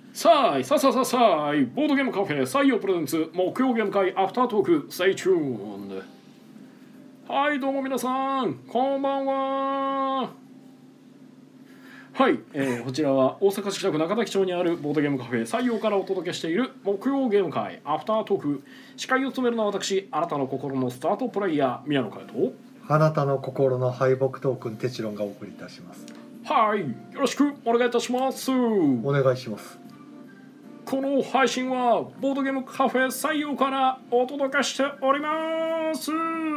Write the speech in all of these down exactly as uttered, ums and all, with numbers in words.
さあいさあさあさあさあいボードゲームカフェ採用プレゼンツ木曜ゲーム会アフタートーク Stay tuned。 はいどうも皆さんこんばんは。はい、えー、こちらは大阪市北区中崎町にあるボードゲームカフェ採用からお届けしている木曜ゲーム会アフタートーク。司会を務めるのは私あなたの心のスタートプレイヤー宮野佳代とあなたの心の敗北トークンテチロンがお送りいたします。 はいよろしくお願いいたします。 お願いします。 この配信はボードゲームカフェ採用からお届けしております。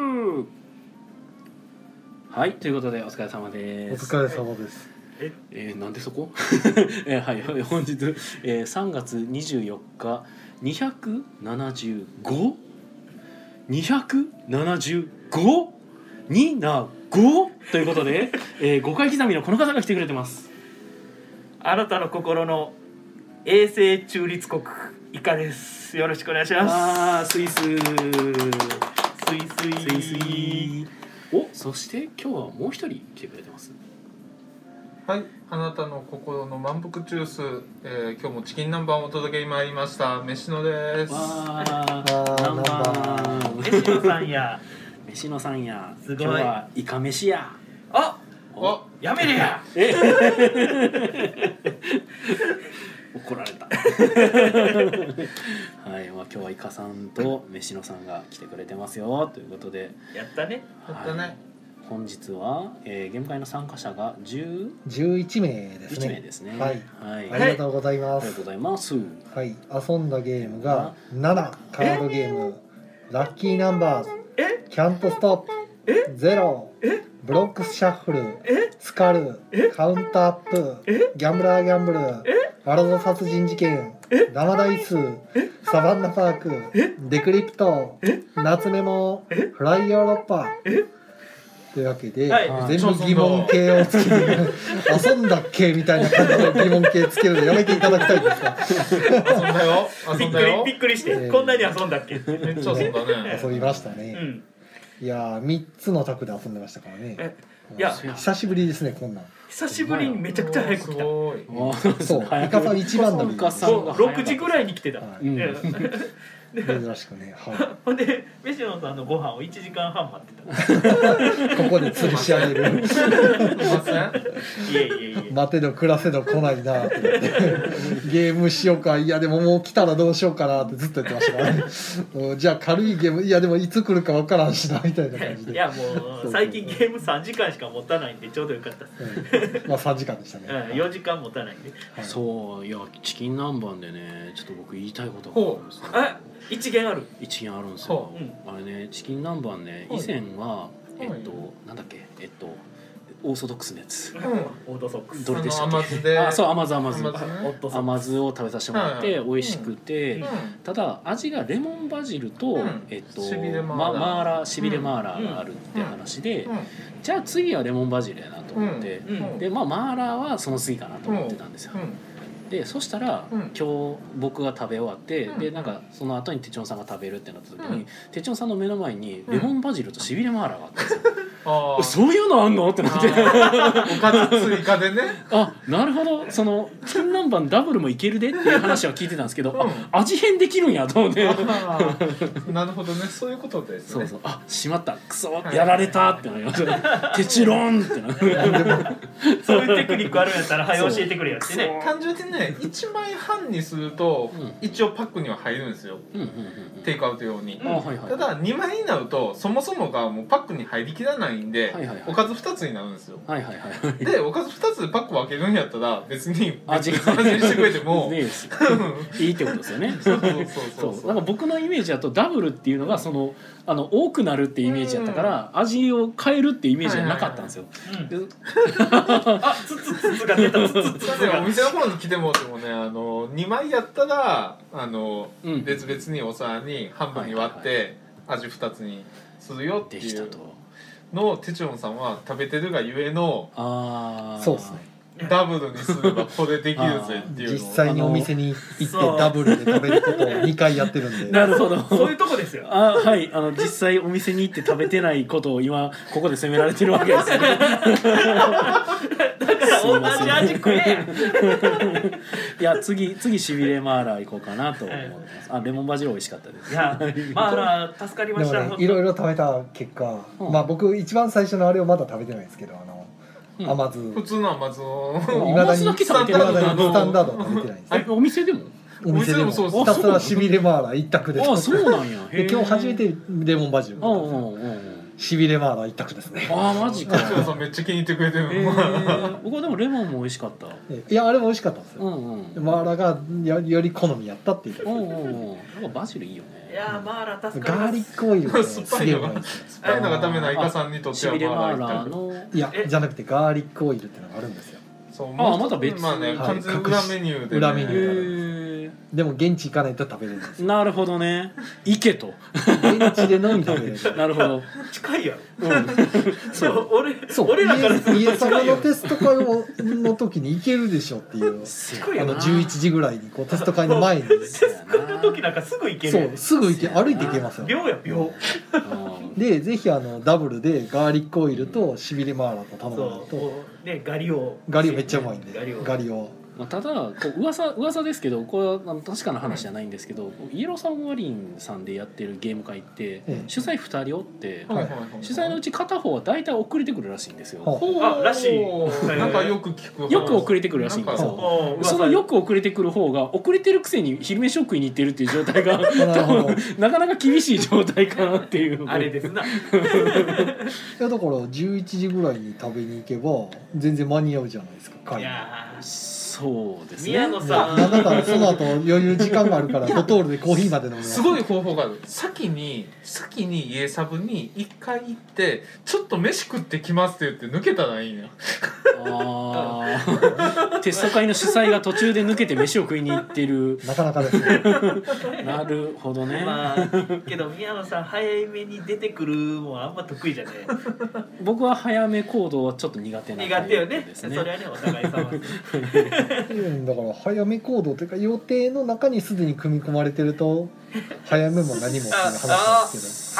はいということでお疲れ様です。 お疲れ様です。 え、えー、なんでそこ、えー、はい本日、えー、さんがつにじゅうよっかにひゃくななじゅうご にひゃくななじゅうごになごということで、えー、ごかい刻みのこの方が来てくれてます。 あなたの心の永世中立国イカです。よろしくお願いします。 あースイススイスイスイスイおそして今日はもう一人来てくれてます。 はい、あなたの心の満腹ジュース、えー、今日もチキン南蛮をお届けに参りました飯野です。 わあーー南蛮飯野さんや飯野さんやすごい今日はイカ飯や。 あおやめれやえ怒られたはい、まあ、今日はイカさんと飯野さんが来てくれてますよということでやったねやったね、 はい、本日は、えー、ゲーム会の参加者がじゅじゅういちめいですういちね。 名ですね。 はい、 はい、 ありがとうございます。 ありがとうございます。 はい、遊んだゲームがななカードゲーム、ラッキーナンバーズ、 えキャントストップ、ゼロ、ブロックスシャッフル、スカル、カウントアップ、ギャンブラーギャンブル、ワールド殺人事件、生ダイス、サバンナパーク、デクリプト、夏メモ、フライヨーロッパというわけで、 はい全部疑問形をつけて遊んだっけみたいな感じの疑問形つけるのやめていただきたいですか。 遊んだよびっく遊んだよりびっくりして、 えーこんなに遊んだっけめっちゃ遊んだね遊びましたね、 うんいやーみっつの卓で遊んでましたからね。 えいや久しぶりですねこんなん。 久しぶりにめちゃくちゃ早く来た。 おーすごいあーそう早くイカさん一番乗りイカさそうんが早かったろくじぐらいに来てた、 はいうんで珍しくね、はほんで飯野さんのご飯をいちじかんはん待ってた。 い、ここで吊るし上げるすいませんいえいえいえ待てど暮らせど来ないなって言ってゲームしようか、いやでももう来たらどうしようかなってずっと言ってましたからねうんじゃあ軽いゲーム、いやでもいつ来るか分からんしなみたいな感じで、 いやもう最近ゲームさんじかんしか持たないんでちょうどよかったです、 うんまあさんじかんでしたね、 うん、よじかん持たないんで。 はいそういやチキン南蛮でねちょっと僕言いたいことがあるんですよ。 あ一元ある。 一元あるんですよほ。 うあれねチキン南蛮ね以はい前はえっはいとなんだっけえっとオーソドックスのやつうんオートソックス。 どれでしたっあの甘酢でけ。あそう甘酢甘酢甘酢ねオートソック甘酢を食べさせてもらってはい美味しくて、 うんただ味がレモンバジルと、 うんえっとしびれマーラーまマーラーしびれマーラーがあるって話で、 うんじゃあ次はレモンバジルやなと思って、 うんうんでまあマーラーはその次かなと思ってたんですよ。 うんでそしたら、 うん今日僕が食べ終わって、 うんでなんかその後にテチョンさんが食べるってなった時に、 うんテチョンさんの目の前にレモンバジルとしびれマーラーがあったんですよ。 あーそういうのあんのってなってあーおかず追加でねあなるほどそのチキン南蛮ダブルもいけるでっていう話は聞いてたんですけど、 うんあ味変できるんやと思ってあーなるほどねそういうことですねそうそうあしまったクソはいやられたってなりましたテチロンってなそういうテクニックあるんやったら早教えてくれやってね。 単純にねいちまいはんにすると、 うん一応パックには入るんですようんうんうんテイクアウト用に、 うんあはいはいただにまいになるとそもそもがもうパックに入りきらないんで、 はいはいはいおかずふたつになるんですよはいはいはいでおかずふたつでパック分けるんやったら別に味別々の味にしてくれてもねいいってことですよねそうそうそうそそううなんか僕のイメージだとダブルっていうのがそのあの多くなるっていうイメージだったから味を変えるっていうイメージはなかったんですよ。 うんであつつつつが出たつつつつだっておが。 店の方に来てもらってもねあのにまいやったらあの、 うん別々にお皿に半分に割って味ふたつにするよっていうできたと。 のをテチロンさんは食べてるがゆえのああそうですね。 ダブルにすればこれできるぜっていうのを実際にお店に行ってそうダブルで食べることをにかいやってるんでなるほど。 そういうとこですよ。 あはいあの実際お店に行って食べてないことを今ここで責められてるわけですよね。 同じ味食えいや次次しびれマーラー行こうかなと思いますあレモンバジル美味しかったですいやマーラー助かりまでしたもねいろいろ食べた結果、 うんまあ僕一番最初のあれをまだ食べてないんですけどあの、 うん甘酢普通の甘酢をいまだに甘酢だけ食べてないいまだにスタンダードは食べてないんですよあお店でもお店でもお店でもそうですひたすらしびれマーラー一択ですあそうなんやで今日初めてレモンバジルうんうんうんうんしびれマーラー一択ですねあーマジか松村さんめっちゃ気に入ってくれてる、 えー、僕はでもレモンも美味しかったいやあれも美味しかったんですよ、 うんうんマーラーがよより好みやったっていううんうんうんやっぱバジルいいよねいやマーラー助かりますガーリックオイルがね酸っすげえうぱいのがまいんですよ酸っぱいのがダメなイカさんにとってはしびれマーマーラーラーのいやえじゃなくてガーリックオイルってのがあるんですよそうあもう一つまた別まあねはい完全に裏メニューで、ね、 裏メニューへでも現地行かないと食べれるんですーよなるほどね行けと現地でのみ食べれるなるほど近いやろうんでも俺そう俺らからする家家と近いよ様のテスト会をの時に行けるでしょっていう近いよなあのじゅういちじぐらいにこうテスト会の前にテストの時なんかすぐ行けるそやんうすぐ行け歩いて行けますよ秒や秒うんでぜひあのダブルでガーリックオイルとしびれマーラーと頼まないそうとねガリをガリオめっちゃうまいんでガリをガリオまあ、ただこう噂噂ですけどこれはあの確かな話じゃないんですけどイエローサブマリンさんでやってるゲーム会ってええ主催ふたりおってはいはいはい主催のうち片方は大体遅れてくるらしいんですよ。 はほうあらしいなんかよく聞く話よく遅れてくるらしいんですよ。 おうそのよく遅れてくる方が遅れてるくせに昼飯を食いに行ってるっていう状態がなるほどいなかなか厳しい状態かなっていう。 あれですなやだからじゅういちじぐらいに食べに行けば全然間に合うじゃないですか会いにやそうですね。 宮野さんななんだったらその後余裕時間があるからドトールでコーヒーまで飲みますすごい方法がある先に先に家サブに一回行ってちょっと飯食ってきますって言って抜けたらいいんやあーテスト会の主催が途中で抜けて飯を食いに行ってる。 なかなかですねなるほどね。 まあけど宮野さん早めに出てくるもんあんま得意じゃね僕は早め行動はちょっと苦手な苦手よねですね。 それはねお互い様うんだから早め行動というか予定の中にすでに組み込まれてると早めも何もっていう話なんです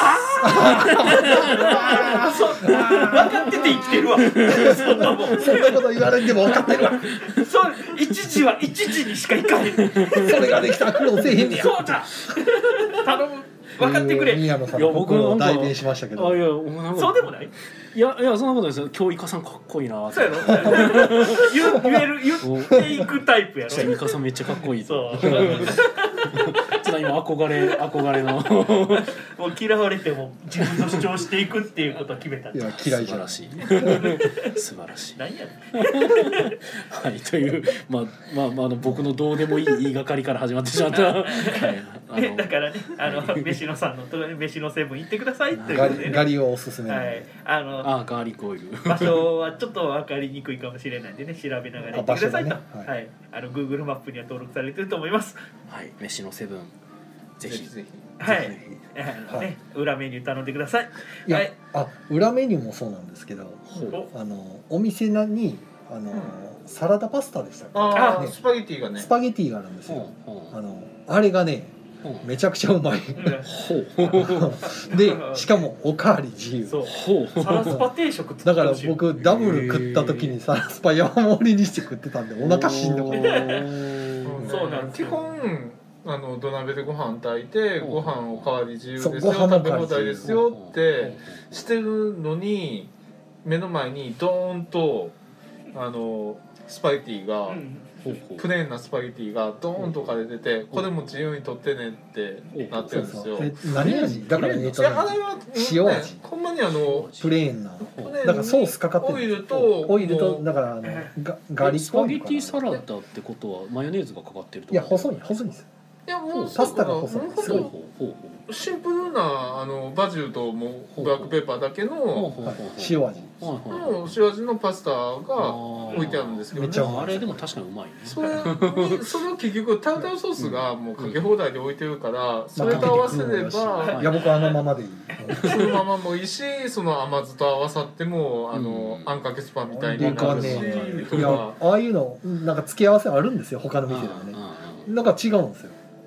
そう分かってて生きてるわそんなもんけどそんなこと言われんでも分かってるわそう一時は一時にしか行かへんそれができたら苦労せえへんねやそうじゃ頼む分かってくれ宮野さんいやの心を僕なんか代弁しましたけどあいやもうなんかそうでもないいやいやそんなことないですよ。今日イカさんかっこいいなって。 そうやろ言言える言っていくタイプやろイカさんめっちゃかっこいいと。 そうちょっと今憧れ憧れのもう嫌われても自分の主張していくっていうことを決めたいや嫌いじゃない素晴らしい素晴らしい。 何やねはいというまあまあまああの僕のどうでもいい言いがかりから始まってしまった。はいあんねのだからねあの飯野さんのところに飯野セブン行ってくださいというガことでねリガリをおすすめなんで、 はいあのあガーリックオイル。 場所はちょっと分かりにくいかもしれないんでね調べながら行ってくださいと、 あ場所がねははいいあの Google マップには登録されてると思いますはい飯のセブンぜひ。 ぜひはいぜあのね、 はい裏メニュー頼んでくださいいや、 はいあ裏メニューもそうなんですけどほおあのお店にあの、サラダパスタでしたっけねああスパゲティがねスパゲティがあるんですうよ、 ほうあのあれがねほうめちゃくちゃうまいほうでしかもおかわり自由そうほうサラスパ定食作ってだからほしい僕ダブル食った時にサラスパ山盛りにして食ってたんでお腹しんどかったうんそうなんです基よ本あの土鍋でご飯炊いてうんご飯おかわり自由ですよそうご飯の食べ放題ですよってほしてるのに目の前にドーンとあのスパゲティが、 うんうほうほうプレーンなスパゲティがドーンとかで出て、これも自由に取ってねってなってるんですよ。 え何味だからえっいとねやあれは、 塩味ね、ほんまにあのプレーンなプレーンにだからソースかかってるオイルとオイルともうだからあのガガーリッスパゲクオイルかなティサラダってことはマヨネーズがかかってるといや細い細いんですよいやもうパスタが細いもうすごいほうほうほうほシンプルなあのバジルともうブラックペーパーだけうほうのほうほうはいほう塩味はいはいの塩味のパスタが置いてあるんですけど、 めっちゃうまいあれでも確かにうまいね。 それにそれを結局タルタルソースがもうかけ放題で置いてるからそれと合わせればいや僕あのままでいいそのままもいいしその甘酢と合わさってもあのうんあんかけスパみたいに僕はねなるしといやかああいうのなんか付け合わせあるんですよ他の店でもねなんか違うんですよ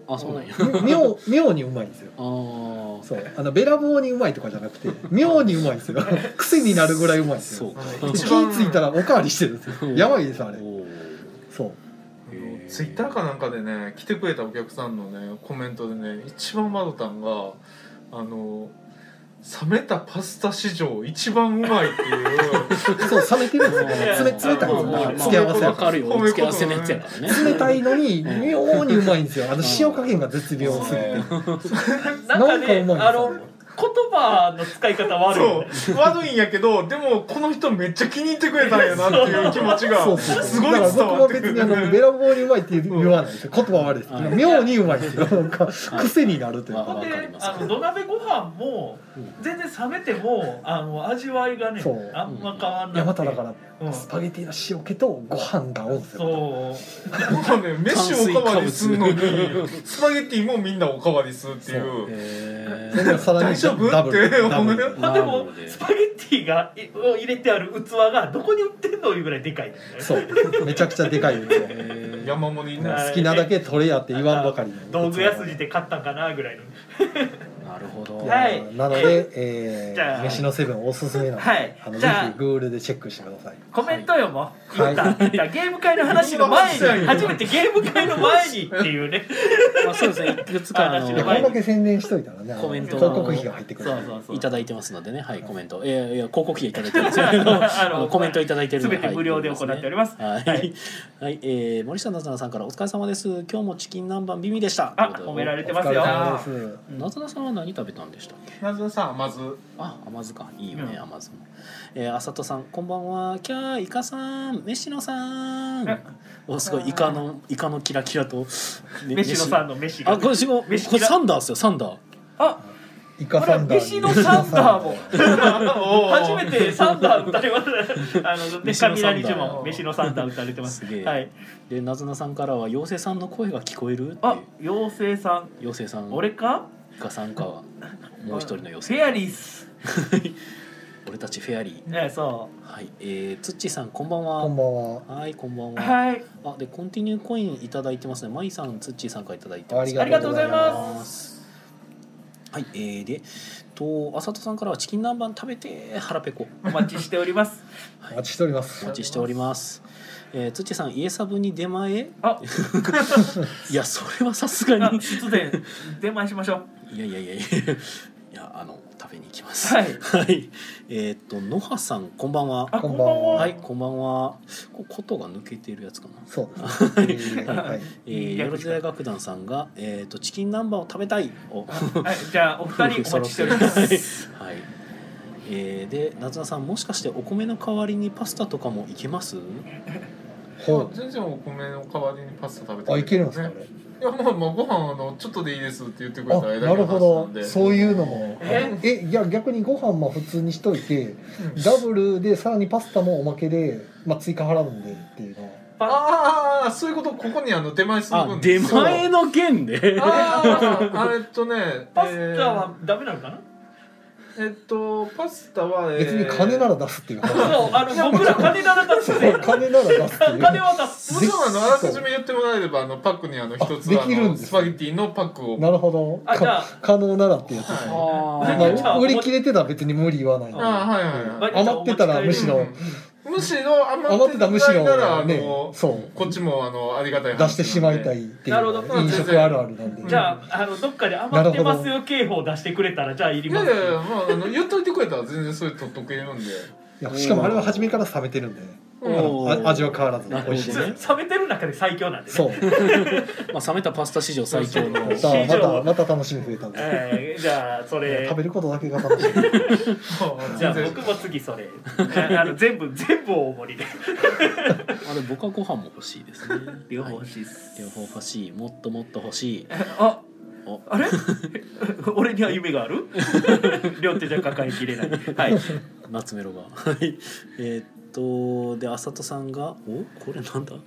あそうなんや妙妙にうまいんですよ。 あーそうあのべらぼうにうまいとかじゃなくて妙にうまいんですよ癖になるぐらいうまいんですよ。 そうか気ぃついたらおかわりしてるんですよ。やばいですあれ。 おーそうツイッターかなんかでね来てくれたお客さんのねコメントでね一番笑ったんがあの冷めたパスタ史上一番うまいっていうそう冷めてるんですよ。冷冷たいんですよ。付け合わせやからわかるよ付け合わせのやつやからね冷たいのに妙にうまいんですよ。あの塩加減が絶妙すぎて。 なんかねなんかうまいんですよあの言葉の使い方悪いよね。 そう悪いんやけどでもこの人めっちゃ気に入ってくれたんやなっていう気持ちがそうそうすごいだから伝わってくる僕も別にあのべらぼうにうまいって言わないですよ。言葉は悪いです。 はい妙にうまいですよ。なんか癖になるというか。 わかりでますあの土鍋ご飯も全然冷めてもあの味わいがねそうあんま変わんなくて、 いやまただからうんスパゲティの塩気とご飯が合うんですよ。 そうなんかね飯おかわりするのにスパゲッティもみんなおかわりするっていうへそれでさらに大丈夫ダブルってダブルまあでもなるほどねスパゲッティがいを入れてある器がどこに売ってんのいうぐらいでかいんだよね。 そうめちゃくちゃでかいんですよ。 え山盛りねはい好きなだけ取れやって言わんばかりの道具屋筋で買ったんかなぐらいの。 なるほどはいなので、えじゃあー、飯のセブンおすすめなので、 はいあのじゃあぜひ Google でチェックしてください。 コメントよもうはい言った言ったゲーム会の話の前に初めてゲーム会の前にっていうね。 まあそうですねいくつかあの話いやこんだけ宣伝しといたらね、あのコメント広告費が入ってくるそうそうそういただいてますのでねはいコメントいやいや広告費いただいてますよあのコメントいただいてるので全て無料で行っております。 はい、はいはいえー、森下なずなさんからお疲れ様です。今日もチキン南蛮ビビでした。 あ褒められてますよ。 お疲れ様です。 なずなさんは何食べたんでしたっけ？ なずさんまずあ、甘酢かいいよね、 うん甘酢も。えー、あさとさんこんばんは。キャーイカさん、飯野さん。おすごいイカのイカのキラキラと、ね飯野さんの飯が。 あこれしごこれ飯キラサンダーですよサンダー。 あイカこれはサンダーに飯のサンダーも初めてサンダー歌いますあのね飯のサンダー雷呪文飯のサンダー歌われてますすげえはいでなずなさんからは妖精さんの声が聞こえるってあ妖精さん妖精さん俺かイカさんかもう一人のフ妖精ェアリース俺たちフェアリーねそはいえー、つっちーさんこんばんはこんばんは。 はいこんばんうははいあでコンティニューコインいただいてますねまいさんつっちーさんからいただいてますありがとうございます。 はいえー、でとあさとさんからはチキン南蛮食べて腹ペコお待ちしておりますお待ちしておりますお。待ちしておりますえー、つっちーさん家サブに出前あいやそれはさすがあに必然出前しましょういやいやいやいやいやあの食べに行きますはいはいえーっと野葉さんこんばんはあこんばんははいこんばんはこことが抜けているやつかなそうですね。はい。 えー、よろずや楽団さんが、えー、とチキン南蛮を食べたいをはいじゃあお二人お待ちしておりますはい、えー、でなずなさんもしかしてお米の代わりにパスタとかもいけますほ全然お米の代わりにパスタ食べてう。あいけるんですかね。 いやまあまあご飯あのちょっとでいいですって言ってくれあたらなるほど。そうういうのも。 ええいや逆にご飯も普通にしといてうんダブルでさらにパスタもおまけでまあ追加払うんでっていうのは。 ああそういうことここにあの出前するあ分出ですよ前の件であーあえっとねパスタはダメなのかなえーえっとパスタは、えー別に金なら出すっていう話。 そうあの僕ら金なら出すね金なら出すっていう。 金は出すもちろんあのあらかじめ言ってもらえればあのパックにあの一つああできるんですねのスパゲティのパックをなるほど。 あじゃあか可能ならってやつですね。 はじゃあまあ、売り切れてたら別に無理言わないんで。 あはいはいはい余ってたらむしろうんむしろ余余ってたむしろならあの、 ねそうこっちもあのありがたい話出してしまいたいっていうなるほど飲食あるあるなんで。 じゃあ、あのどっかで余ってますよ警報出してくれたらじゃあいりいやますいやいやまああの言っといてくれたら全然それ取っとけるんでいやしかもあれは初めから冷めてるんで、 うんおーあ味は変わらず美味しいなるほどねです。 冷めてる中で最強なんでねそう。 まあ冷めたパスタ史上最強のさあまたまた楽しみ増えたんで。 えー、じゃあそれ食べることだけが楽しみ。 じゃあ全然僕も次それあの全部全部大盛りであれ僕はご飯も欲しいですね両方はい欲しいっす、 両方欲しいもっともっと欲しいあおあれ俺には夢がある両手じゃ抱えきれないはい夏メロがはいえーっとであさとさんがおこれなんだ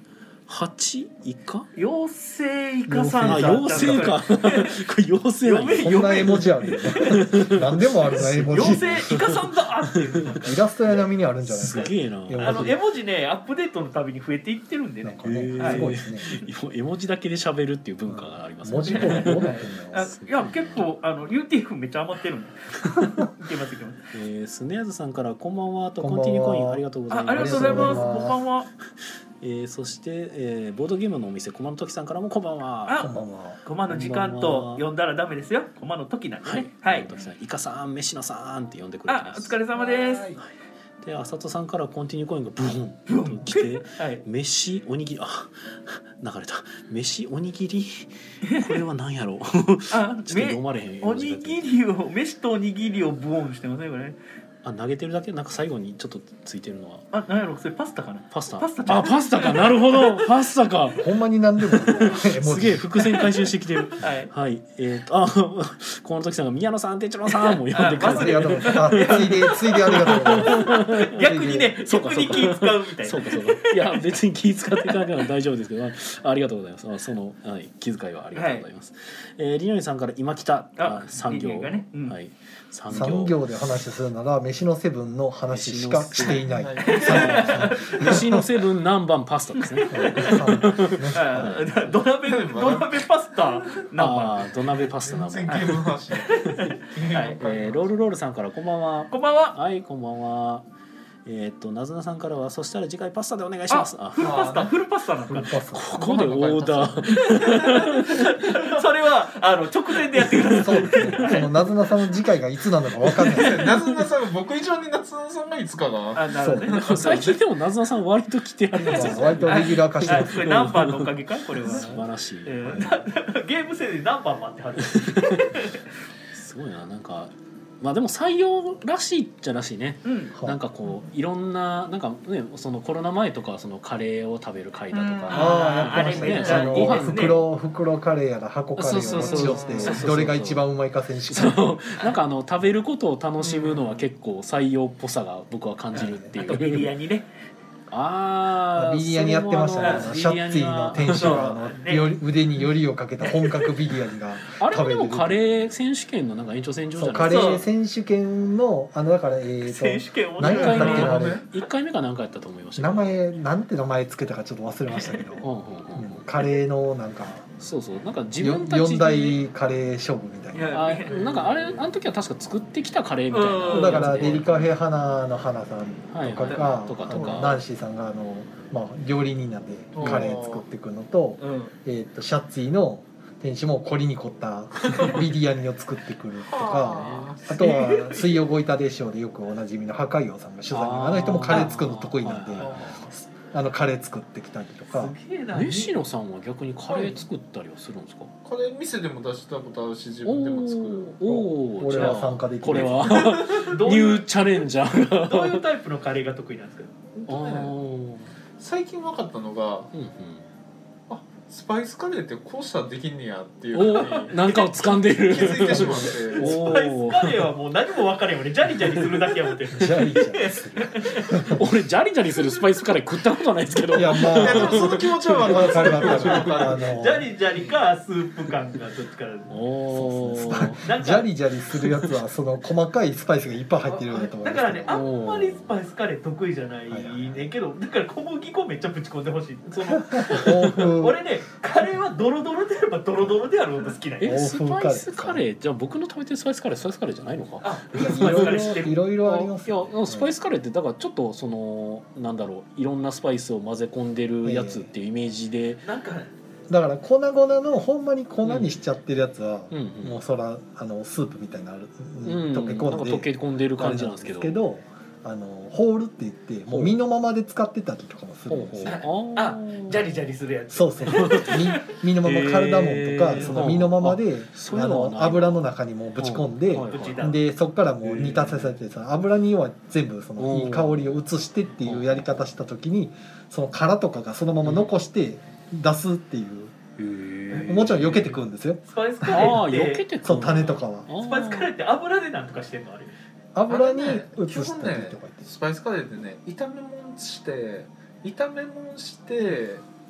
はち以下妖精イカさんあだ妖精かこれ妖精なんやこんな絵文字あるよね何でもあるな絵文字妖精イカさんだっていうイラストや並みにあるんじゃないですかすげえな絵文字あの絵文字ねアップデートのたびに増えていってるんでねなんかね、 へーはいすごいですね絵文字だけで喋るっていう文化があります文字工どうなってんのあいや結構あの ユーティーエフ めっちゃ余ってるんでいけますいけますえー、スネアズさんからこんばんはとこんばんはコンティニューコインありがとうございます。 あありがとうございますありがとうございますこんばんはえー、そして、えー、ボードゲームのお店コマの時さんからもこんばんは。 あこんばんはコマの時間と呼んだらダメですよコマの時なんではいね。はいコマの時さんイカさん飯野さんって呼んでくれてあおます。 疲れ様ですであさとさんからコンティニューコインがブーンと来てはい飯おにぎりあ流れた飯おにぎりこれは何やろうあちょっと読まれへんおにぎりを飯とおにぎりをブオンしてますねこれあ投げてるだけなんか最後にちょっとついてるのはあなんやろそれパスタかなパスタパスタちゃうあパスタかなるほどパスタかほんまに何でも絵文字すげえ伏線回収してきてるはいはいえー、とあこの時さんが宮野さんてちろんさんも呼んでくあれてりがとうございますあついでついでありがとうございます逆にねそうか逆に気使うみたいなそうかそうかいや別に気使っていかなくても大丈夫ですけどあありがとうございますあその、はい、気遣いはありがとうございます、はい、えー、りのりさんから今来たあ産業、 りのりがねうんはい産業産業で話するなら飯のセブンの話しかしていない飯のセブン南蛮パスタですねあ土鍋土鍋パスタナンバあー土鍋パスタ全南蛮然ゲームの話はいえー、ロールロールさんからこんばんはーこんばんははいこんばんはえー、っとなずなさんからはそしたら次回パスタでお願いしますあフルパスタフルパスタなんかここでオーダーそれはあの直前でやってくださいそうそのなずなさんの次回がいつなのかわかんないなずなさん僕以上になずなさんがいつかなあなるほどね最近でもなずなさん割と来てありますよね割とレギュラー化してますあこれナンバーのおかげかいこれは素晴らしい、 えはいーゲーム性でナンバー待ってはるすごいななんかまあでも採用らしいっちゃらしいねうんなんかこういろんななんかねそのコロナ前とかはそのカレーを食べる会だとかああやってましたねあれめっちゃあのいいですね袋袋カレーやら箱カレーを持ち寄そうそうそうってどれが一番うまいか選手権そうなんかあの食べることを楽しむのは結構採用っぽさが僕は感じるっていうあとビリヤニねああビリヤニやってましたねあのシャッツィの店主があのねより腕によりをかけた本格ビリヤニがあれも食べれるでもカレー選手権のなんか延長線上じそうゃないですかカレー選手権のあのだからえー選と手権面何白いやったっけなあれいっかいめかなんかやったと思いました名けど前なんて名前つけたかちょっと忘れましたけど、 うんうんうんうんカレーのなんかそうそうなんか自よ分たちで四大カレー勝負みたいな。 いやあなんかあれあの時は確か作ってきたカレーみたいなうんだからデリカフェ花の花さんとかが、 はいはいとかとかあのナンシーさんがあの、まあ、料理人なんでカレー作っていくのと,、 うんえー、とシャッツィの店主も凝りに凝ったビリヤニを作ってくるとかあとは水曜ごいたでしょうでよくおなじみの破壊王さんが取材にあの人もカレー作るの得意なんであのカレー作ってきたりとか。 すげえな飯野さんは逆にカレー作ったりはするんですかこれ店でも出したことあるし自分でも作るおお俺は参加できるこれはどういうニューチャレンジャーがどういうタイプのカレーが得意なんですかあー最近分かったのがうんうんスパイスカレーってこうしたらできんねやっていうふうにおなんかを掴んでる気づいてしまっておスパイスカレーはもう何も分かれへん俺ジャリジャリするだけや思ってるジャリジャリする俺ジャリジャリするスパイスカレー食ったことないですけどいやまいやでもその気持ちは分かるわかるわかるわかるあのジャリジャリかスープ感がどっちからおそうーなんかジャリジャリするやつはその細かいスパイスがいっぱい入ってるんだと思いますだからねあんまりスパイスカレー得意じゃないねんけどだから小麦粉めっちゃぶち込んでほしいその欧風俺ねカレーはドロドロであればドロドロであるほど好きなんやえスパイスカレーじゃあ僕の食べてるスパイスカレースパイスカレーじゃないのかあいスパイスカレー知ってるろいろいろありますいよやスパイスカレーってだからちょっとそのなんだろういろんなスパイスを混ぜ込んでるやつっていうイメージで、 なんかだから粉々のほんまに粉にしちゃってるやつは、 うんうんもうそらあのスープみたいなのある、 うん、 溶けなんか込んで溶け込んでる感じなんですけどあれあのホールって言ってもう身のままで使ってたりとかもするほうんほうですよああジャリジャリするやつそうそう身身のままカルダモンとか、 へーその身のままであそういうのはないの油の中にもうぶち込んで、 はいぶちだでそこからもう煮立たせてさ油には全部そのいい香りを移してっていうやり方した時にその殻とかがそのまま残して出すっていうへーもちろん避けてくるんですよスパイスカレああーって避けてくるそう種とかはあースパイスカレーって油でなんとかしてんのあれ油にあのね移したり基本ねとか言ってスパイスカレーってね炒め物して炒め物して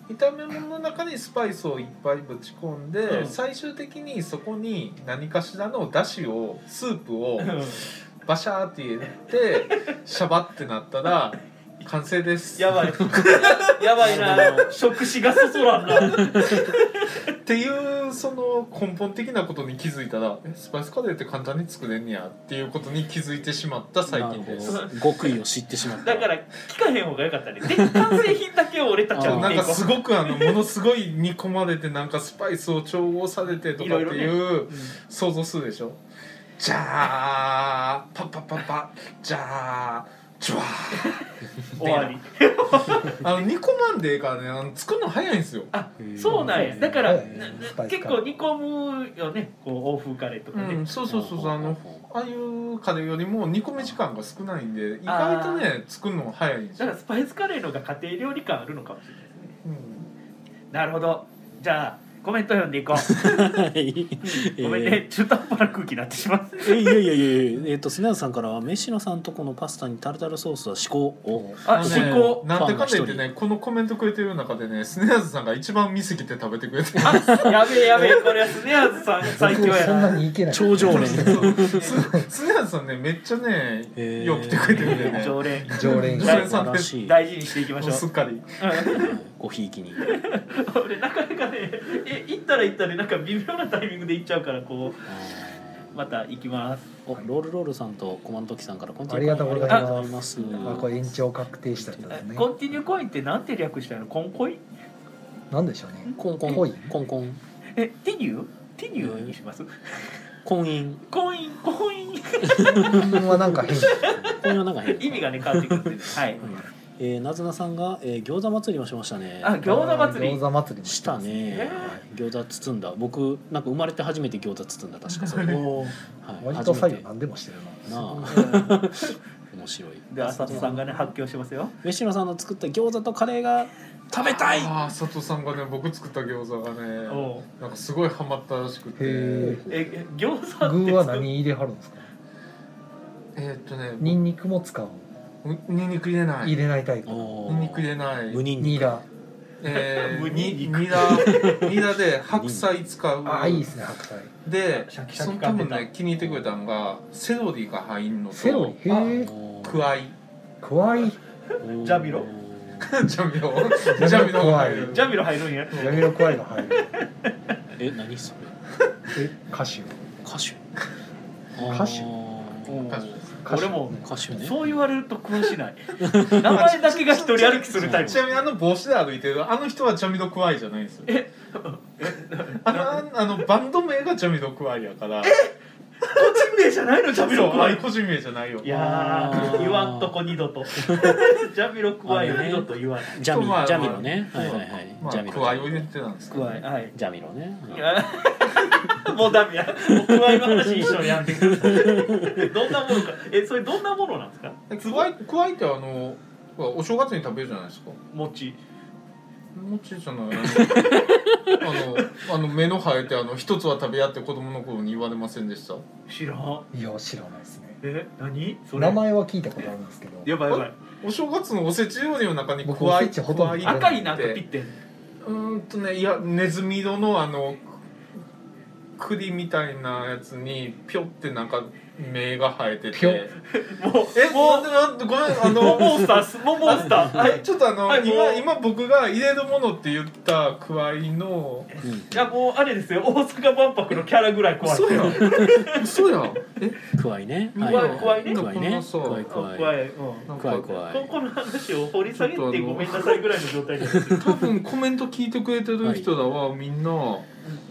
炒め物の中にスパイスをいっぱいぶち込んで、 うん最終的にそこに何かしらのだしをスープをバシャーって入れてシャバってなったら完成です。 やばいやばいな食事がそそらんなっていうその根本的なことに気づいたらえスパイスカレーって簡単に作れんねやっていうことに気づいてしまった最近です。 なるほど極意を知ってしまった。 だから聞かへん方がよかったね。で完成品だけを俺たちは見なんかていこう。 すごくあのものすごい煮込まれてなんかスパイスを調合されてとかっていろいろいう想像するでしょ。じゃあパッパッパッパじゃあジュワー終わり。 あの煮込まんでええからねあの作るの早いんですよ。 あ、そうなんや。だから、 はいなスパイス結構煮込むよね。こう欧風カレーとかね。 うん、そうそうそうそうあのああいうカレーよりも煮込み時間が少ないんで意外とね作るのが早いんですよだから。スパイスカレーのが家庭料理感あるのかもしれないですね。 うんなるほど。じゃあコメント読んでいこう。 はいごめんね、中途半端な空気になってしまう。 えーいやいやいやいやえっとスネアさんからは飯野さんとこのパスタにタルタルソースは至高をあ、 のね進行。 なんてかんで言ってねこのコメントくれてる中でねスネアーズさんが一番見すぎて食べてくれてるあ、やべえやべえ、これはスネアーズさん最強や僕そんなな。 にいけない。 超常連ススネアーズさんねめっちゃねへーよう来てくれてるんでね常連。 常連常者連さんです素晴らしい大事にしていきましょう。 もうすっかりごひいきに俺なかなかね、え行ったら行ったらなんか微妙なタイミングで行っちゃうからこうまた行きます。 おロールロールさんとコマントキさんからコンティありがとうございますありがとうございますあこれ延長確定したやつですね。 コンティニューコインってなんて略したの？コンコイン？ なんでしょうね。 コンコンコインコンコンえ、ティニュー？ティニューにします？ コンインコインコインコインはなんか変ですね。 コンインはなんか変意味がね変わってくるんで、ね、はい。 えー、なずなさんが、えー、餃子祭りもしましたね。 あ、餃子祭り餃。子祭りもしたますね、餃子包んだ僕なんか生まれて初めて餃子包んだ確かそれ、はい、 おー割と初めて左右何でもしてるな。 なあ面白いで、浅田さんがね発狂しますよ。 飯野さんの作った餃子とカレーが食べたいああ佐藤さんがね僕作った餃子がねおなんかすごいハマったらしくてへえ、え餃子って具は何入れはるんですか。 えーっとねニンニクも使う。 ニンニク入れない入れないタイプ。 おーニンニク入れない無ニンニクニラ。 えー、 無ニンニクニニラニラで白菜使うあ、いいですね白菜。 でシャキシャキその感出た多分ね気に入ってくれたのがセロリが入んのとセロリ。へえ。 おークワイクワイ。 おージャビロジャミロジャミロが入るジャミロ入るんや。 ヤミロクワイが入る。 え何それえ、歌手。 歌手歌手うん歌手です俺も歌手ねそう言われると詳しない。名前だけが一人歩きするタイプち。なみにあの帽子で歩いてるあの人はジャミロクワイじゃないんですよえ、 あのあのバンド名がジャミロクワイやから個人名じゃないのジャミロそうクワイ。 個人名じゃないよいやあーー言わんとこ二度と。ジャミロクワイを二度と言わない。 ジャミまあジャミロねはいはいはいまあジャミロクワイを入れてたんですけどクワイ、はい。 ジャミロねうんいやもうダメや。もうクワイの話一緒にやってください。どんなものか。え、それどんなものなんですか？ えクワイクワイってあのお正月に食べるじゃないですか餅。 餅じゃないあのあのあの目の生えてあの一つは食べやって子供の頃に言われませんでした知らん。 いや知らないですね。 え、何？それ。 名前は聞いたことあるんですけど。 やばいやばい。 お正月のおせち料理の中に僕クワイおせちほとんどクワイ赤いなんかピッて。 うーんとねいやネズミ色のあの栗みたいなやつにピョってなんか目が生えててピョもうえもうなんでなんでごめんあモのンスターすモモンスター。ははいい。ちょっとあの、 はいもう今今僕が入れるものって言ったクワイのうんいやもうあれですよ。大阪万博のキャラぐらい怖い。 嘘やん嘘やんえクワイねクワイクワイねクワイねそうクワイク怖ワイい。うん。 なんクワイかクワイここの話を掘り下げてごめんなさいぐらいの状態です。 多分コメント聞いてくれてる人らはみんな、 も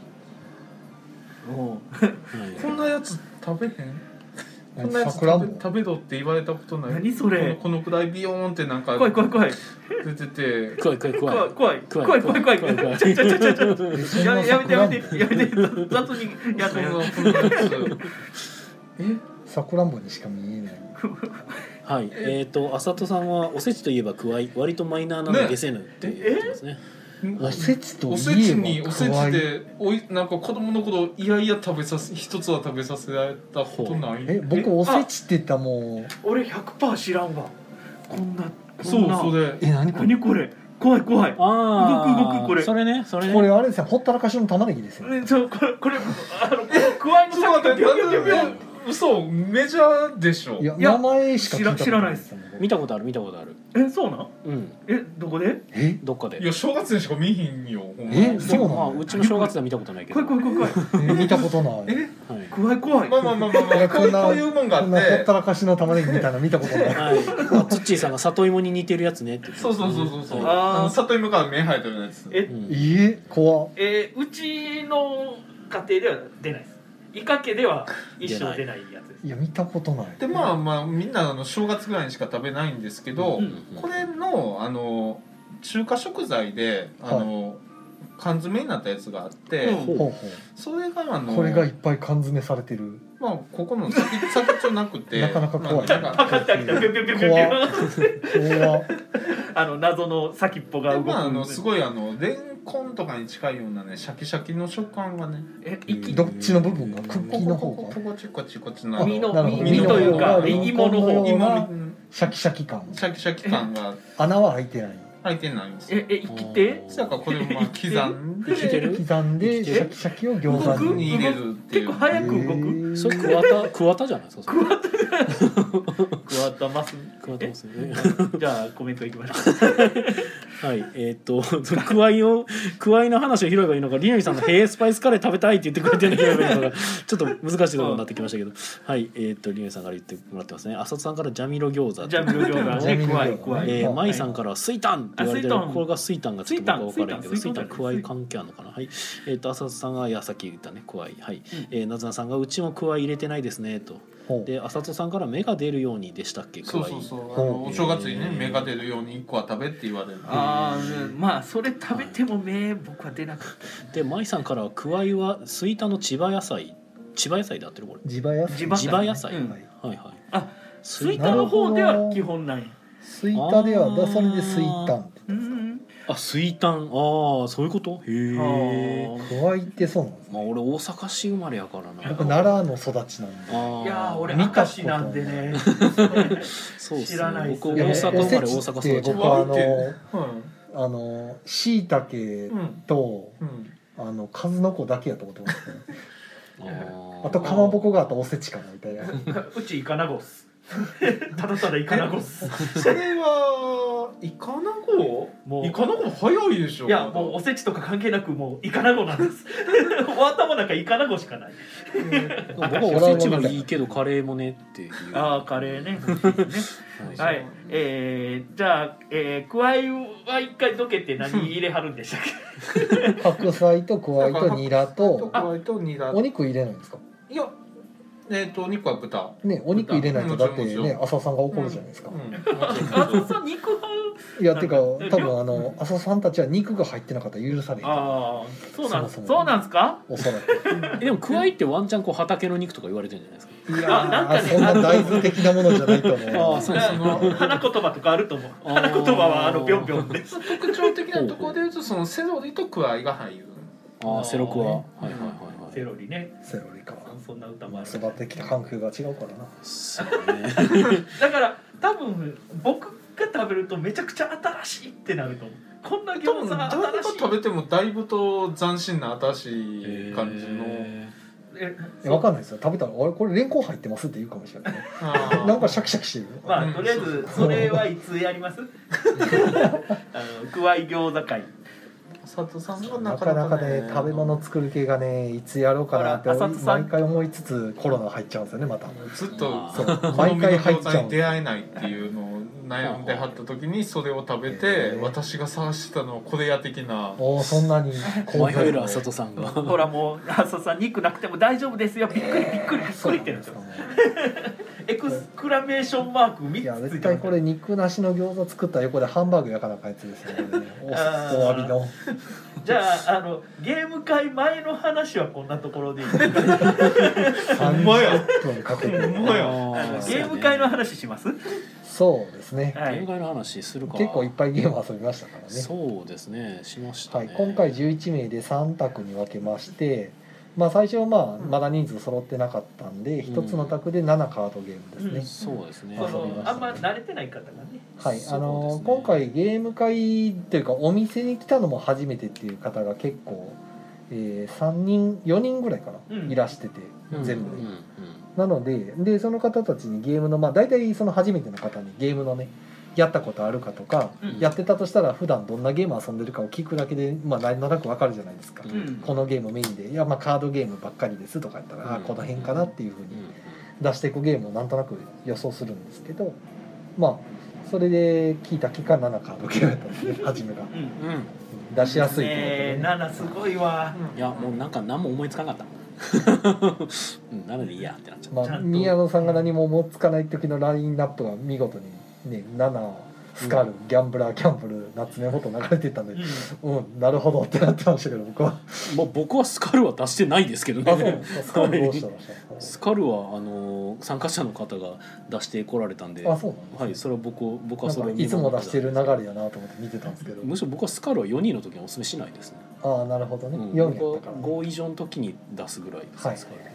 はいこんなやつ食べへんこんなやつ桜も食べ食べろって言われたことない何それこのこのくらいビヨーンってなんかう怖い怖い怖い出てて怖い怖い怖い怖い怖い怖い怖い怖い怖い。ちょちょちょちょちょ。 えそんなややめてや桜めてやめて雑にやそんなつやこんなやつえさくらんぼにしか見えない。 はいえっとあさとさんはおせちといえばクワイ割とマイナーなのねゲセヌって言ってますねおせちといえばおせちにおせちクワイでおいなんか子供の頃いやいや食べさせ一つは食べさせられたことないえ僕おせちって言ったらもう俺 ひゃくパーセント 知らんわ。こんなこそうんなそれえ何これ何これ怖い怖い。 ああ動く動くこれそれねそれねこれあれですよ、ほったらかしの玉ねぎですよ。 えちょこれこれあのクワイのちょっと待って先がビョンビョンビョンビョン。 嘘メジャーでしょ。 いやいや名前しか聞いたこと知らないです見たことある見たことあるえそうなん？ うんえどこで？ えどっかでいや正月にしか見ひんよ。ほんまえそうなまあのうちの正月では見たことないけど怖い怖い怖い怖い。 え見たことない。 えはい怖い怖い。 まあまあまあまあ、まあ、こういうこういうもんがあっこんなほってたて。 らかしの玉ねぎみたいなの見たことない。 はい、あツッチーさんが里芋に似てるやつねって言ってそうそうそうそうそう。 はいあーあの里芋から芽生えてるやつ。 えうんえ怖っ。 えーうちの家庭では出ないです。イカ家では一生出ないやつです。 いや見たことない。 でまあまあみんなあの正月ぐらいにしか食べないんですけど、 うんこれのあの中華食材であの、缶詰になったやつがあって、 うんほうほそれがあう。 のこれがいっぱい缶詰されてる。 まあここの先先っちょなくてなかなか怖いまあなんかパカッて開けたらビョンビョンビョンビョンビョン。 怖っ。 あの謎の先っぽが動く。 でまああのすごいあのレンコンとかに近いようなねシャキシャキの食感がね。 えいきどっちの部分がクッキーの方がこここっちこっちこっちのあ身のなるほど身というか身の芋の方。 芋芋がみシャキシャキ感。 シャキシャキ感が穴は開いてない。 入ってないんですよ。 ええ生きて？ だからこれをまあ刻んで生きてる刻んでシ生きてるャキシャキを餃子に。 に入れるっていう。 結構早く動く。 それ桑田桑田じゃないですかそれ桑田ます。 桑田ですねじゃあコメントいきましょう。 はいえーっとクワイをクワイの話を拾えばいいのかリナミさんの「ヘイスパイスカレー食べたい」って言ってくれてるのを拾えばいいのかちょっと難しいところになってきましたけどはいえーっとリナミさんから言ってもらってますね浅田さんからジャミロ餃子ジャミロ餃子ねジャミロ餃子怖い怖い。 えー、 はいマイさんから「スイタン」って言われてるあスイタンこれがスイタンがちょっと僕は分からへんけどスイタンスイタンクワイ関係あるのかなはいえっ、と浅田さんが「いやさっき言ったねクワイ」はい、えー、なずなさんが「うちもクワイ入れてないですね」とほうで浅田さんから「芽が出るように」でしたっけクそうワイそうそう。あのお正月にね芽が出るように一個は食べって言われる。 ああまあそれ食べても目僕は出なかった。 でマイさんからは「クワイはスイタの千葉野菜千葉野菜で合ってるこれ地場野菜。 地場地場野菜、 うんはいはいはいあススイタの方では基本ない。 スイタではだそれでスイタン。 うんあスイタンああそういうことへえあクワイってそうなんですね。 まあ俺大阪市生まれやからな僕奈良の育ちなんで。 あーいやー俺見た明石なんでね。 そうっす知らないっす僕いや大阪生まれ大おせちっ阪育ちて僕はあのうんあの椎茸とうん。 あの数の子だけやと思ってますね。 ああとかまぼこがあとおせちかなみたいな。 うちイカナゴっす。ただただイカナゴっす。 それはイカナゴ？ もうイカナゴ早いでしょ。 いやもうおせちとか関係なくもうイカナゴなんです。お頭の中イカナゴしかない。 僕はおせちもいいけどカレーもねっていうああカレーね。 はいはい。えー、じゃあ、えー、クワイは一回どけて何入れはるんでしたっけ？ 白菜とクワイとニラととイとニラ。 お肉入れないんですか。 いや、えっとお肉は豚。 ねお肉入れないとだってもちろんもちろね浅田さんが怒るじゃないですか。 あそうそう肉派。 いやてか多分あの浅田さんたちは肉が入ってなかったら許されへん。 ああそうなんです。 そもそもそうなんですか？ おそらく。 えでもクワイってワンチャンこう畑の肉とか言われてるんじゃないですかいやあなんかねそんな大豆的なものじゃないと思う。 あーそうですね花言葉とかあると思う。 あー花言葉はあのぴょんぴょんです。 特徴的なところで言うとそのセロリとクワイが入る。 ああセロクワあーはいはいはいはいセロリね。 セロリか。 そんな歌もある。 育ってきた環境が違うからな。 そうねだから多分僕が食べるとめちゃくちゃ新しいってなると思う。こんな多餃子分誰が新しい。 食べてもだいぶと斬新な新しい感じの。 えええわかんないですよ。食べたらあれこれレンコン入ってますって言うかもしれないね。 あーなんかシャキシャキしてる。 まあとりあえずそれはいつやります？あのクワイ餃子会。 佐藤さんがななかなかかなかねね食べ物作る系がねいつやろうかなってほら浅津さん毎回思いつつコロナ入っちゃうんですよねまた。 ずっとそう好み毎の回入っちゃう餃子に出会えないっていうのを悩んではった時にそれを食べてへー私が探したのはこれや的な。 おおそんなに迷える浅戸さんがほらもう浅さん肉なくても大丈夫ですよ。びっくりびっくりびっくりってなってます。エクスクラメーションマークみっいやつつい絶てます。 対これ肉なしの餃子作ったら横でハンバーグやかなかやつですよね。これねおあーお詫びの。 じゃああのゲーム会前の話はこんなところでいい。 さんじゅっぷんかけて。 ほんまやあのゲーム会の話します？ そうですね。 はい。 ゲーム会の話するか結構いっぱいゲーム遊びましたからね。 そうですねしましたねはい、今回じゅういち名でさん択に分けまして、 まあ最初はまあまだ人数揃ってなかったんで一つの卓でななカードゲームですね、 そうですね。 そのあんま慣れてない方がね。 はい、あそうのですね今回ゲーム会というかお店に来たのも初めてっていう方が結構、えー、さんにんよにんぐらいかな、 うんいらしててうん全部で、 うんうんなのででその方たちにゲームのまあ大体その初めての方にゲームのねやったことあるかとか、 うんやってたとしたら普段どんなゲーム遊んでるかを聞くだけでまあ何となくわかるじゃないですか、 うんうんこのゲームメインでいやまあカードゲームばっかりですとか言ったら、 うんあこの辺かなっていうふうにうん出していくゲームをなんとなく予想するんですけど、まあそれで聞いた結果ななカードゲームだったんですね初めがうん。 うんうん出しやすいと思ってねえ、 ねななすごいわ。 いやもうなんか何も思いつかなかったうんなのでいいやってなっちゃった、 まあ、 ちゃんと宮野さんが何も思いつかない時のラインナップが見事にねななスカル、ギャンブラーキャンブル夏目フォト流れていったんでうん。 うんなるほどってなってましたけど僕はまあ、僕はスカルは出してないですけどあそうねスカルどうしたらしたスカルはあの参加者の方が出してこられたんであそうなんですねはい、それは僕を僕はなんそれをかいつも出してる流れれやなと思って見てたんですけどむしろ僕はスカルはよにんの時にお勧めしないですね、 ああなるほどね、 うん、 よんや僕はったから、ね、 ご以上の時に出すぐらいです、 はいスカル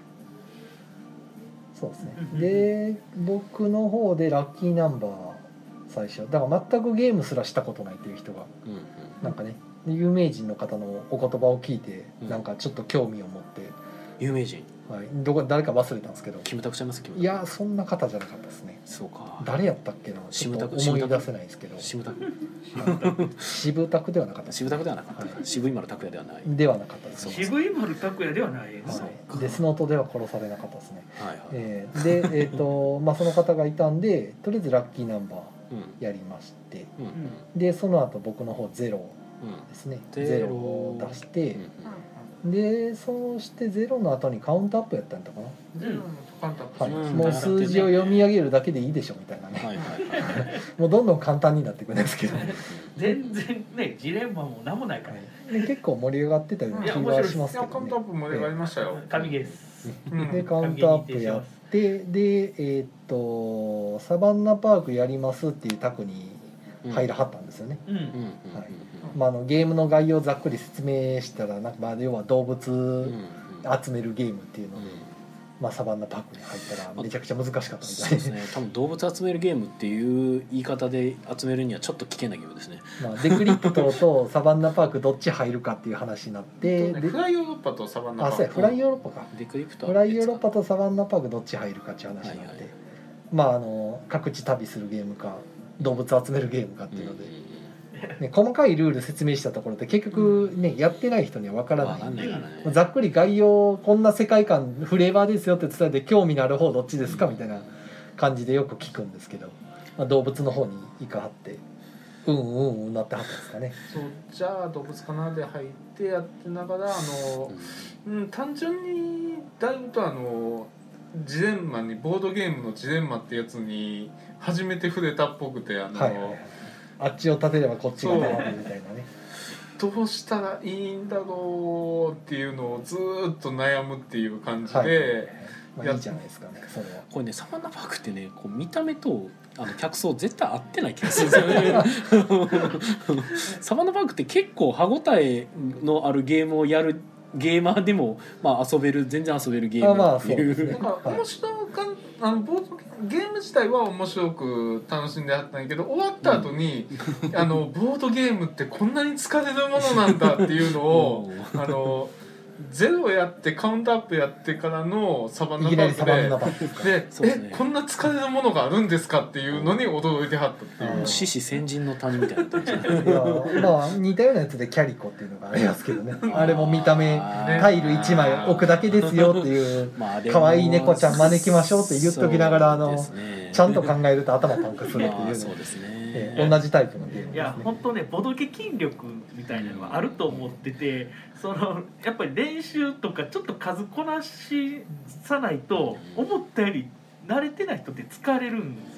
そうですねで僕の方でラッキーナンバー最初だから全くゲームすらしたことないっていう人がうんうんなんかね有名人の方のお言葉を聞いて、 うんなんかちょっと興味を持って、 有名人はい、どこ誰か忘れたんですけどキムタクちゃいますキムタクいやそんな方じゃなかったですねそうか誰やったっけなちょっと思い出せないですけど渋タク渋タクではなかったです渋タクではなかった、 はい渋い丸拓也ではない、 ではなかったですそうね渋い丸拓也ではないです。 はい、デスノートでは殺されなかったですね、 はいはい、 えーで、えーとまあ、その方がいたんでとりあえずラッキーナンバーうんやりましてうんうんでその後僕の方ゼロうんですねゼロゼロを出してうんでそうしてゼロの後にカウントアップやったんだかな、 ゼロの簡単はいうんもう数字を読み上げるだけでいいでしょみたいなね、 はいはいはいもうどんどん簡単になっていくんですけど、 全然ね、ジレンマも何もないから。 で結構盛り上がってたような気がしますけどねいやカウントアップ盛り上がりましたよ、 神ゲーです。 うんでカウントアップやってでえーっとサバンナパークやりますっていうタクに入らはったんですよね、 うん。 うんうんうんはいまあ、あのゲームの概要をざっくり説明したらなんかまあ要は動うんう物ん集めるゲームっていうので、まあ、サバンナパークに入ったらめちゃくちゃ難しかったみたいで、 そうですね多分動物集めるゲームっていう言い方で集めるにはちょっと危険なゲームですねまあ、デクリプトとサバンナパークどっち入るかっていう話になってでフライヨーロッパとサバンナパークあそうやフライヨーロッパかデクリプトフライヨーロッパとサバンナパークどっち入るかっていう話になって、 はいはいまああの各地旅するゲームか動物集めるゲームかっていうので、 うんうんね、細かいルール説明したところで結局ねやってない人には分からわないかんないからねざっくり概要こんな世界観フレーバーですよって伝えて興味のある方どっちですかみたいな感じでよく聞くんですけど、まあ、動物の方に行かはってうんうんうんなってはったんですかね。 そうじゃあ動物かなで入ってやってながらあの、うん、単純にだいぶとあのジレンマにボードゲームのジレンマってやつに初めて触れたっぽくてあの、 はいはいはい、あっちを立てればこっちが立てるみたいなね。 どうしたらいいんだろうっていうのをずーっと悩むっていう感じで、 はいまあ、いいじゃないですかねそれは。 これねサバンナパークってねこう見た目とあの客層絶対合ってない気がするんですよねサバンナパークって結構歯応えのあるゲームをやるゲーマーでも、まあ、遊べる全然遊べるゲームっていう、 あまあそうですねなんか面白かんあのボードゲーム自体は面白く楽しんであったんやけど終わった後に、うん、あのボードゲームってこんなに疲れるものなんだっていうのをあのゼロやってカウントアップやってからのサバンナパークででそうですねえこんな疲れるものがあるんですかっていうのに驚いてはったっていう。 獅子先人の谷みたいな感じいやまあ似たようなやつでキャリコっていうのがありますけどねあれも見た目ねタイルいちまい置くだけですよっていうまあでも可愛い猫ちゃん招きましょうって言っときながらあのそうですねちゃんと考えると頭パンクするってまあいうそうですねえー同じタイプのゲームいやですね。 本当ねボドゲ筋力みたいなのはあると思ってて、そのやっぱり練習とかちょっと数こなしさないと思ったより慣れてない人って疲れるんですよね。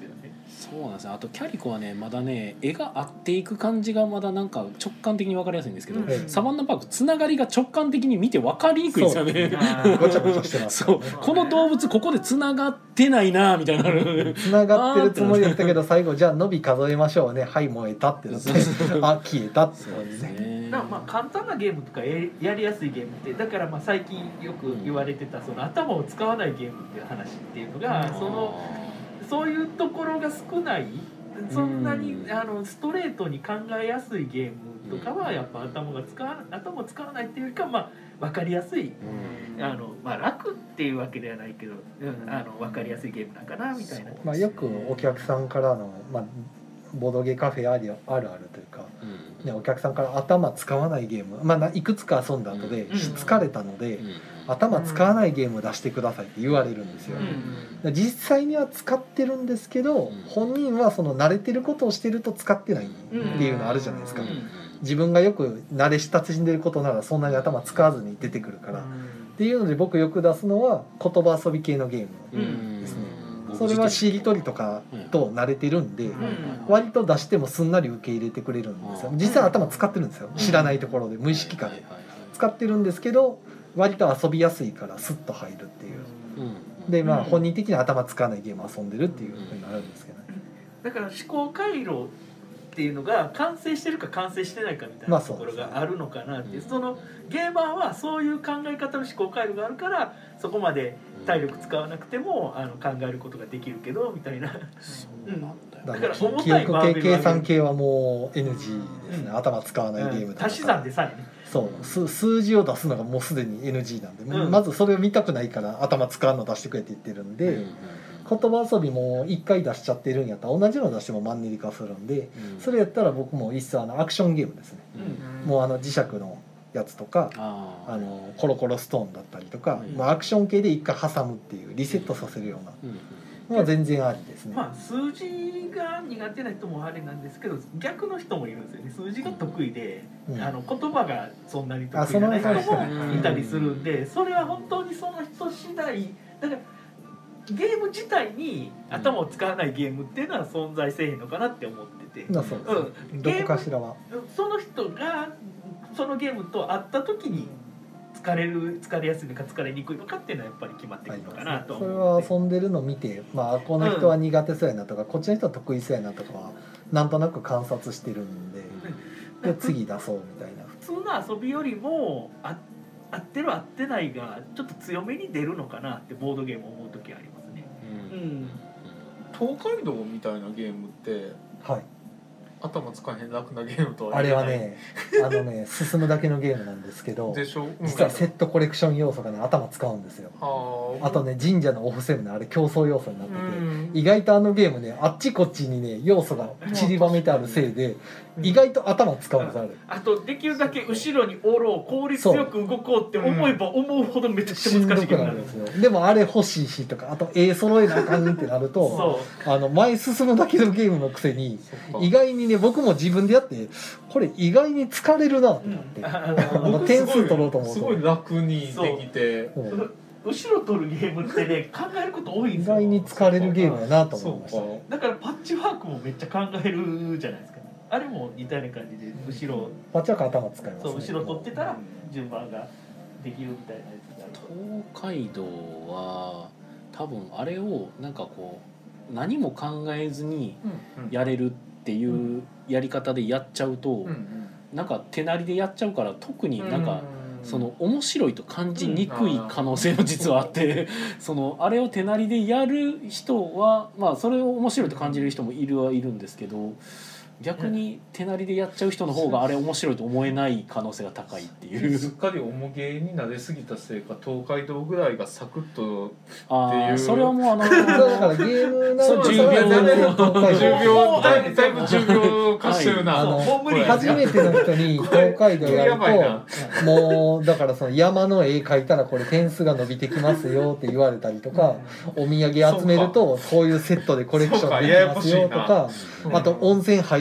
そうなんですよ。あとキャリコはねまだね絵が合っていく感じがまだなんか直感的に分かりやすいんですけど、 うん、 サバンナパークつながりが直感的に見て分かりにくいんですよね。 ごちゃごちゃしてます、 そうこの動物ここでつながってないなみたいなつながってるつもりだったけど最後じゃあ伸び数えましょうねはい燃えたってなってあ消えたってそうですね。 だからまあ簡単なゲームとかやりやすいゲームってだからまあ最近よく言われてたその頭を使わないゲームっていう話っていうのがそのそういうところが少ないそんなにあのストレートに考えやすいゲームとかはやっぱ頭が使わ頭を使わないっていうよりかまあ分かりやすいあのまあ楽っていうわけではないけど、うん、あの分かりやすいゲームなんかなみたいな。 まあよくお客さんからのまあボードゲーカフェありあるあるというか、うんね、お客さんから頭使わないゲーム、まあ、いくつか遊んだ後で、うん、疲れたので、うん、頭使わないゲーム出してくださいって言われるんですよ、うん、実際には使ってるんですけど、うん、本人はその慣れてることをしてると使ってないっていうのあるじゃないですか、うん、自分がよく慣れ親しんでることならそんなに頭使わずに出てくるから、うん、っていうので僕よく出すのは言葉遊び系のゲームですね、うん、それはしりとりとかと慣れてるんで、うん、割と出してもすんなり受け入れてくれるんですよ。実際頭使ってるんですよ、知らないところで無意識化で使ってるんですけど割と遊びやすいからスッと入るっていう、うん、でまあ本人的には頭使わないゲームを遊んでるっていうふうになるんですけど、ね、 だから思考回路っていうのが完成してるか完成してないかみたいなところがあるのかなっていう、まあ、そのゲーマーはそういう考え方の思考回路があるからそこまで体力使わなくてもあの考えることができるけどみたいな。そうなんだよ、 うん、だから重たい記憶系計算系はもう エヌジー ですね、うん、頭使わないゲームとか、 足し算でさえねそう数数字を出すのがもうすでに エヌジー なんで、うん、まずそれを見たくないから頭使うの出してくれって言ってるんで、うん、言葉遊びもいっかい出しちゃってるんやったら同じの出してもマンネリ化するんで、うん、それやったら僕も一切あのアクションゲームですね、うん、もうあの磁石のやつとか あ, あのコロコロストーンだったりとか、うん、まあ、アクション系で一回挟むっていうリセットさせるような、うんうん、まあ、全然ありですね。 まあ、数字が苦手な人もあれなんですけど逆の人もいるんですよね。数字が得意で、うん、あの言葉がそんなに得意じゃない人もいたりするんで、それは本当にその人次第だからゲーム自体に頭を使わないゲームっていうのは存在せえへんのかなって思ってて、 うん、そうです、うん、どこかしらはその人がそのゲームと会った時に疲れる疲れやすいのか疲れにくいのかっていうのはやっぱり決まってくるのかなと思う、 はい、それは遊んでるのを見て、まあ、この人は苦手そうやなとか、うん、こっちの人は得意そうやなとかはなんとなく観察してるんで、うん、で次出そうみたいな。 普通の遊びよりもあ合ってる合ってないがちょっと強めに出るのかなってボードゲーム思う時ありますね、うんうん、 東海道みたいなゲームって、はい、頭使えへん楽なゲームとはあれはねあのね進むだけのゲームなんですけどでしょ、うん、実はセットコレクション要素がね頭使うんですよ。あとね神社のお布施もねあれ競争要素になってて、うん、意外とあのゲームねあっちこっちにね要素が散りばめてあるせいで、うん、意外と頭使うんですあれ。 あとできるだけ後ろにおろう効率よく動こうって思えば思うほどめちゃくちゃ難しくなるんですよ。 でもあれ欲しいしとかあと絵揃えなあかんってなるとあの前進むだけのゲームのくせに意外にね僕も自分でやってこれ意外に疲れるなってなって、うん、あの点数取ろうと思うとすごい楽にできて、 うん、後ろ取るゲームってね考えること多いんですよ。 意外に疲れるゲームやなと思いました、ね、 だからパッチワークもめっちゃ考えるじゃないですか。あれも似たような感じで後ろパッチワーク頭使いますね。 そう後ろ取ってたら順番ができるみたいなやつがある。 東海道は多分あれをなんかこう何も考えずにやれるっていうやり方でやっちゃうと、うんうん、なんか手なりでやっちゃうから特になんかその面白いと感じにくい可能性も実はあってそのあれを手なりでやる人はまあそれを面白いと感じる人もいるはいるんですけど逆に手なりでやっちゃう人の方があれ面白いと思えない可能性が高いっていう。 すっかり重ゲーになれすぎたせいか東海道ぐらいがサクッとっていう。 あそれはもうあのだからゲームなのじゅうびょうじゅうびょうだいぶじゅうびょう化してるな、はい、あの初めての人に東海道やるともうだからその山の絵描いたらこれ点数が伸びてきますよって言われたりとかお土産集めるとこういうセットでコレクションできますよとかあと温泉入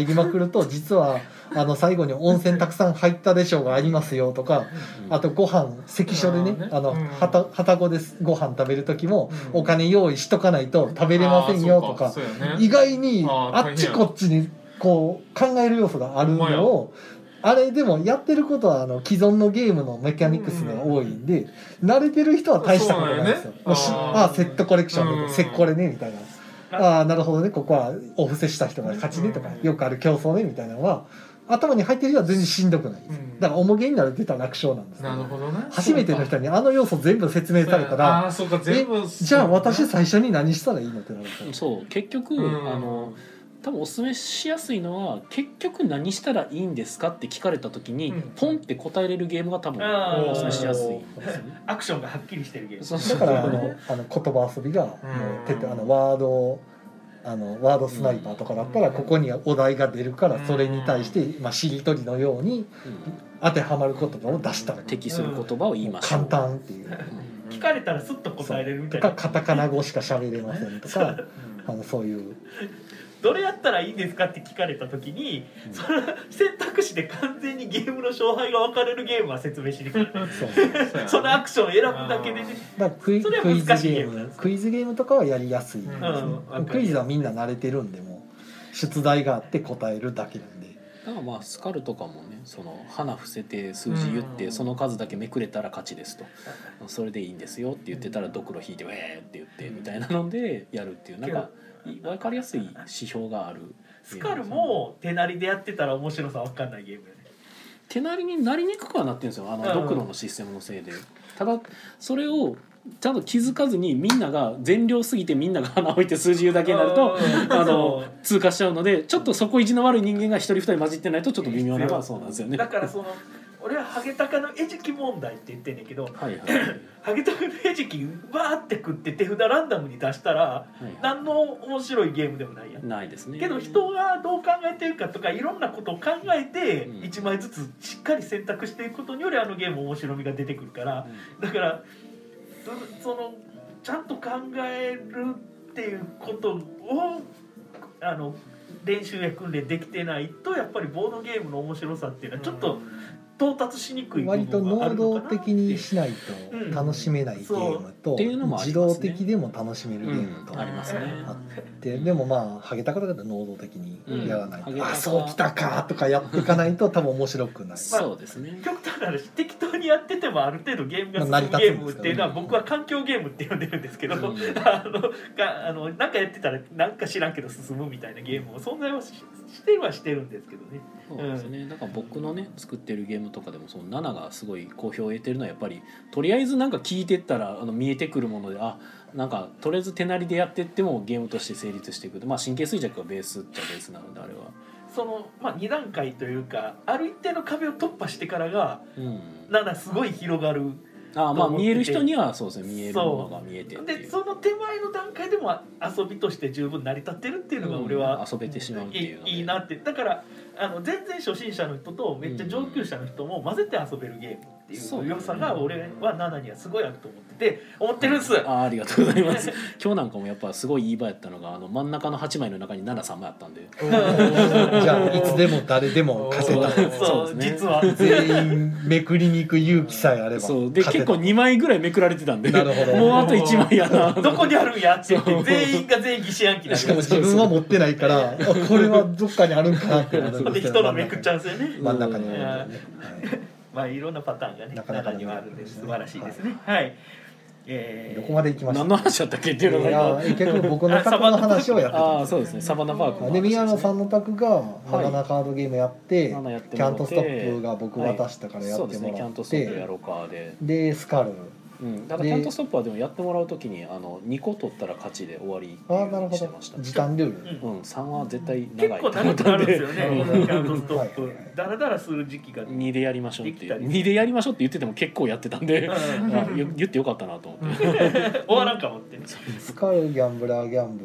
りまくると実はあの最後に温泉たくさん入ったでしょうがありますよとか、 うんあとご飯関所でね、 うんあのうんはたはたごでご飯食べる時もうんお金用意しとかないと食べれませんよとか、 あーそうかそうやね意外にあーあっちこっちにこう考える要素があるのをあれでもやってることはあの既存のゲームのメカニクスが多いんで、慣れてる人は大したことないですよ。もうしそうだよねあーあーセットコレクションうんでセッコレねみたいな。ああなるほどねここはお布施した人が勝ちねとかよくある競争ねみたいなのは頭に入ってる人は全然しんどくないです。 うんだから重げになるって言ったら楽勝なんですけどなるほどね初めての人にあの要素全部説明されたらああそうか全部えじゃあ私最初に何したらいいのってなるからそう結局、 うんあの多分おすすめしやすいのは結局何したらいいんですかって聞かれた時に、 うんポンって答えれるゲームが多分あーおすすめしやすいんですよね。 アクションがはっきりしてるゲーム。 そうそうだからあのあの言葉遊びがもうてってあのワードあのワードスナイパーとかだったらここにお題が出るからそれに対してまあしりとりのようにうん当てはまる言葉を出したら適する言葉を言いましょう。 簡単っていう聞かれたらスッと答えれるみたいな。 とかカタカナ語しか喋れませんとかあのそういうどれやったらいいんですかって聞かれた時に、 うんその選択肢で完全にゲームの勝敗が分かれるゲームは説明しにくい。 そうそのアクションを選ぶだけでね。 だからクイそれはクイズ難しいゲーゲームなんですムクイズゲームとかはやりやすいですね、 うんクイズはみんな慣れてるんでもう出題があって答えるだけなんでだからまあスカルとかもねその花伏せて数字言ってうんその数だけめくれたら勝ちですとそれでいいんですよって言ってたらドクロ引いてウェーって言ってみたいなのでやるっていうなんか分かりやすい指標があるスカルも手なりでやってたら面白さ分かんないゲームよね。 手なりになりにくくはなってるんですよあのうんドクロのシステムのせいでただそれをちゃんと気づかずにみんなが善良すぎてみんなが花置いて数字言うだけになるとうんあのそう通過しちゃうのでちょっとそこ意地の悪い人間が一人二人混じってないとちょっと微妙なのはそうなんですよね。 だからその俺はハゲタカの餌食問題って言ってんねんけど、 はいはいハゲタカの餌食バーって食って手札ランダムに出したらはいは何の面白いゲームでもないやんい。ないですね。 けど人がどう考えてるかとかいろんなことを考えてうんいちまいずつしっかり選択していくことによりあのゲーム面白みが出てくるからうんだからそそのちゃんと考えるっていうことをあの練習や訓練できてないとやっぱりボードゲームの面白さっていうのはちょっと到達しにくい部割と分があ能るのかなって動的にしないと楽しめないゲームとっていうのもあり自ますね動的でも楽しめるゲームとうんありますねあってでもまあハゲタカだったら能動的にやらないと、 うんあそうきたかとかやっていかないと多分面白くない。 そうですね。 極端な話適当にやっててもある程度ゲームが進まあむゲームっていうのは僕は環境ゲームって呼んでるんですけど、 うんあのがあのなんかやってたらなんか知らんけど進むみたいなゲームも存在はししてるはしてるんですけどね。 そうですね。だから僕のね作ってるゲームとかでもそのなながすごい好評を得てるのはやっぱりとりあえずなんか聞いてったらあの見えてくるものであなんかとりあえず手なりでやってってもゲームとして成立していくまあ神経衰弱がベースっちゃベースなのであれは。 そのまあに段階というかある一定の壁を突破してからがうん。 なんだすごい広がる。 あまあと思ってて見える人にはそうですね見えるものが見えてっていう。 でその手前の段階でも遊びとして十分成り立ってるっていうのが俺は、 うん遊べてしまうっていうのでいいいいなってだからあの全然初心者の人とめっちゃ上級者の人も混ぜて遊べるゲームっていう良さが俺はななにはすごいあると思ってて思ってるんです。 あありがとうございます。今日なんかもやっぱすごいいい場やったのがあの真ん中のはちまいの中にななさんまいあったんで。 じゃあいつでも誰でも勝てた。 そうそうですね実は全員めくりに行く勇気さえあればそうで勝てた結構にまいぐらいめくられてたんでなるほどもうあといちまいやなどこにあるんやって言っそうて全員が全員疑心暗鬼になしかもる自分は持ってないからあこれはどっかにあるんかなってなるんでですけど人のめくっちゃうんですよね。 真ん中にあるんだよね、はいまあいろんなパターンがねなかなか中にはあるんで素晴らしいですね。はい。えーどこまで行きました何の話だったっけっていうのいがや結局僕のタクの話をやってたああそうですねサバナパークの話で宮野さんののタクが花カードゲームやって、 花やってキャントストもらってップが僕渡したからやそうですってもらっねキャントストップやて、 ろうかで、 でスカルうん、だからでキャントストップはでもやってもらうときにあのにこ取ったら勝ちで終わりってああいうのなるほどにしてました時短ルール、 うんうん、さんは絶対結長い構長くなるんですよね。 うんこのキャントストップはいはいはいダラダラする時期が。 にでやりましょうっていうできたりにでやりましょうって言ってても結構やってたんで、 うんあ言言ってよかったなと思って終わらんかもってね。 スカルギャンブラーギャンブル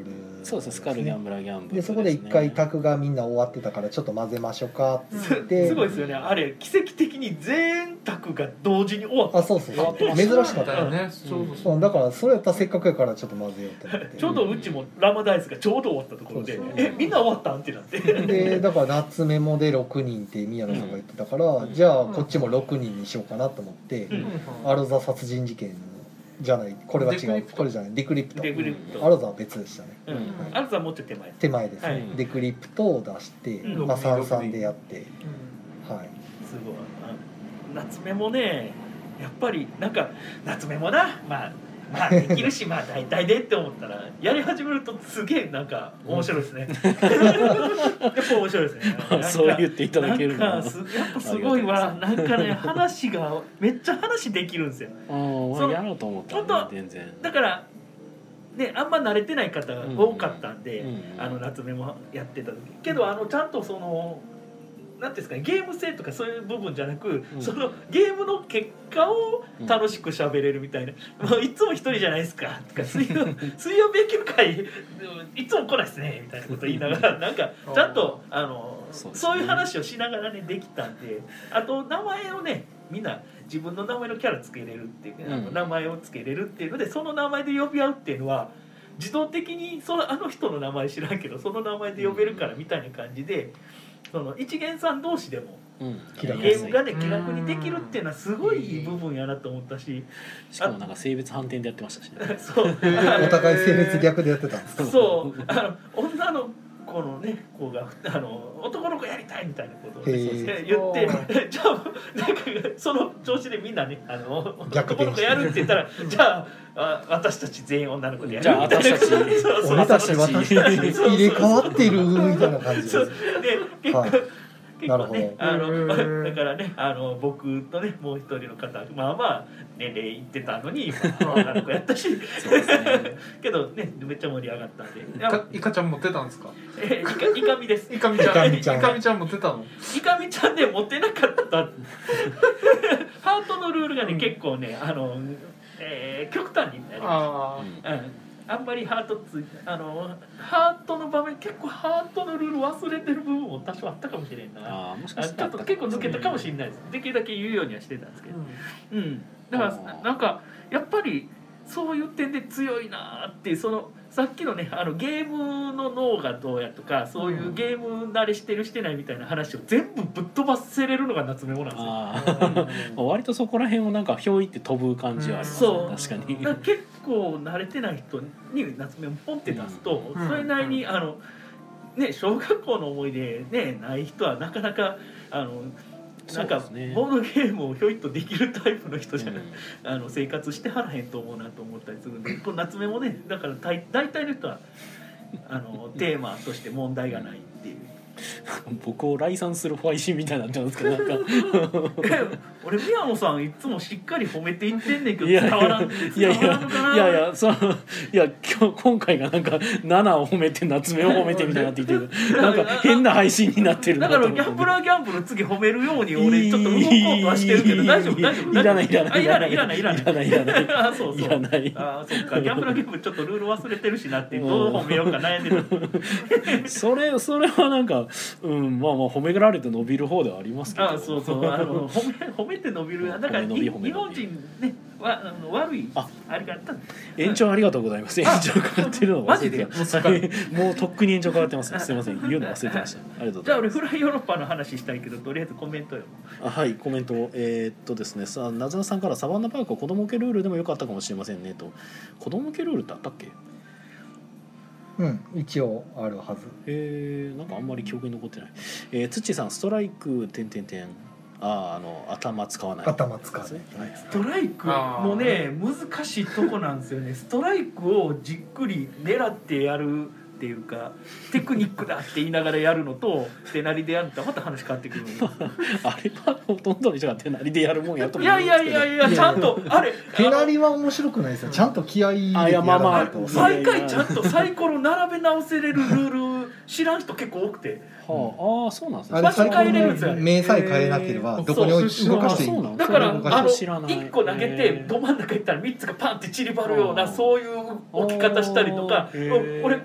そうですねスカルギャンブラーギャンブルでそこで一回卓がみんな終わってたからちょっと混ぜましょうかって言ってすごいですよねあれ奇跡的に全卓が同時に終わったあそうそうそう珍しかったよねそうそうそうだからそれやったらせっかくやからちょっと混ぜようってなってちょうどうちもラマダイスがちょうど終わったところでそうそうえみんな終わったんってなってでだから夏メモでろくにんって宮野さんが言ってたから、うん、じゃあこっちもろくにんにしようかなと思って、うん、アルザ殺人事件じゃないこれは違うこれじゃないデクリプトデクリプトアルザは別でしたね、 うんはい、アルザはもうちょっと手前手前ですね、はい、デクリプトを出して、うん、まあさんさんでやって、 うん、 はいすごい夏メモねやっぱりなんか夏メモなまあまあできるしまあ大体でって思ったらやり始めるとすげえなんか面白いですね、うん、やっぱ面白いですねそう言っていただけるなんかすやっぱすごいわなんかね話がめっちゃ話できるんですよああやろうと思ったら、ね、全然だからね、あんま慣れてない方が多かったんで、うんうん、あの夏メモやってた時けどあのちゃんとそのなんていうんですかね、ゲーム性とかそういう部分じゃなく、うん、そのゲームの結果を楽しく喋れるみたいな、うん、もういつも一人じゃないですかとか水曜水曜勉強会いつも来ないですねみたいなこと言いながらなんかちゃんとあの そうですね、そういう話をしながらねできたんであと名前をねみんな自分の名前のキャラつけれるっていう、ね、うん、あの名前をつけれるっていうのでその名前で呼び合うっていうのは自動的にそのあの人の名前知らんけどその名前で呼べるからみたいな感じで。その一元さん同士でも、うん、ゲームがね気楽にできるっていうのはすごいいい部分やなと思ったし、 しかもなんか性別反転でやってましたしねそうお互い性別逆でやってたんですかそうあの女の子のね子があの男の子やりたいみたいなことを、ね、言ってじゃあなんかその調子でみんなねあの男の子やるって言ったらじゃああ私たち全員女の子でやるじゃあ私たち俺たち私たち入れ替わってるみたいな感じですで結構、はい結構ね、あのだからねあの僕とねもう一人の方まあまあ年齢いってたのに女の子やったしそうです、ね、けどねめっちゃ盛り上がったんでいかいかちゃん持ってたんですかえいかいかみですいかみちゃんいかみちゃん持ってたのいかみちゃんね持ってなかったハートのルールがね結構ねあの、えー、極端になりました、うんあんまりハートつあのハートの場面結構ハートのルール忘れてる部分も多少あったかもしれんなあもしかしたらちょっと結構抜けたかもしれないですできるだけ言うようにはしてたんですけど、うん、うん、だからなんかやっぱりそういう点で強いなっていうそのさっきのねあのゲームの脳がどうやとかそういうゲーム慣れしてるしてないみたいな話を全部ぶっ飛ばせれるのが夏メモなんですよ。 割とそこら辺をなんかひょいって飛ぶ感じはありますね、うん、確かに。 だ結構慣れてない人に夏メモポンって出すと、うん、それなりにあのね小学校の思い出ねない人はなかなかあのなんかボードゲームをひょいっとできるタイプの人じゃない、うん、あの生活してはらへんと思うなと思ったりするんでこの夏目もねだから大体の人はあのテーマとして問題がないっていう。 僕を礼賛する配信みたいになってますけどなんか俺宮野さんいつもしっかり褒めていってんねんけど伝わらんいやいやいやいやそのいや今日今回がなんかななを褒めて夏目を褒めてみたいになってきてるなんか変な配信になってるなだからギャンブラーギャンブル次褒めるように俺ちょっと動こうとはしてるけど大丈夫大丈夫いらないいらないいらないいらないいらないいらないいらないあそうそういらないあそっかギャンブラーギャンブルちょっとルール忘れてるしなってどう褒めようか悩んでるそれそれはなんかうんまあまあ褒められて伸びる方ではありますけどあそうそうあの褒め褒めて伸びるだから日本人ねわあの悪いああれがあった延長ありがとうございます延長かかってるのマジでもうとっくに延長かかってますすいません言うの忘れてましたありがとうございますじゃあ俺フライヨーロッパの話したいけどとりあえずコメントよあはいコメントえー、っとですねさなずなさんからサバンナパークは子供向けルールでもよかったかもしれませんねと子供向けルールってあったっけうん一応あるはずえー、なんかあんまり記憶に残ってない、えー、つっちーさんストライク点点点あああの頭使わない頭使わない、 はい、ストライクもね難しいとこなんですよねストライクをじっくり狙ってやるっていうかテクニックだって言いながらやるのと手なりでやるとまた話変わってくるあれはほとんどの人が手なりでやるもんやと思うんですけどいやいやいやいやちゃんとあれ手なりは面白くないですよちゃんと気合い入れてやらないと毎回ちゃんとサイコロ並べ直せれるルール知らん人結構多くてはあ、あそうなんですね。 あれサイコロの名さえ変えなければどこに動かしていいだからあのいっこ投げてど真ん中いったらみっつがパンって散りばるようなそういう置き方したりとか俺こうで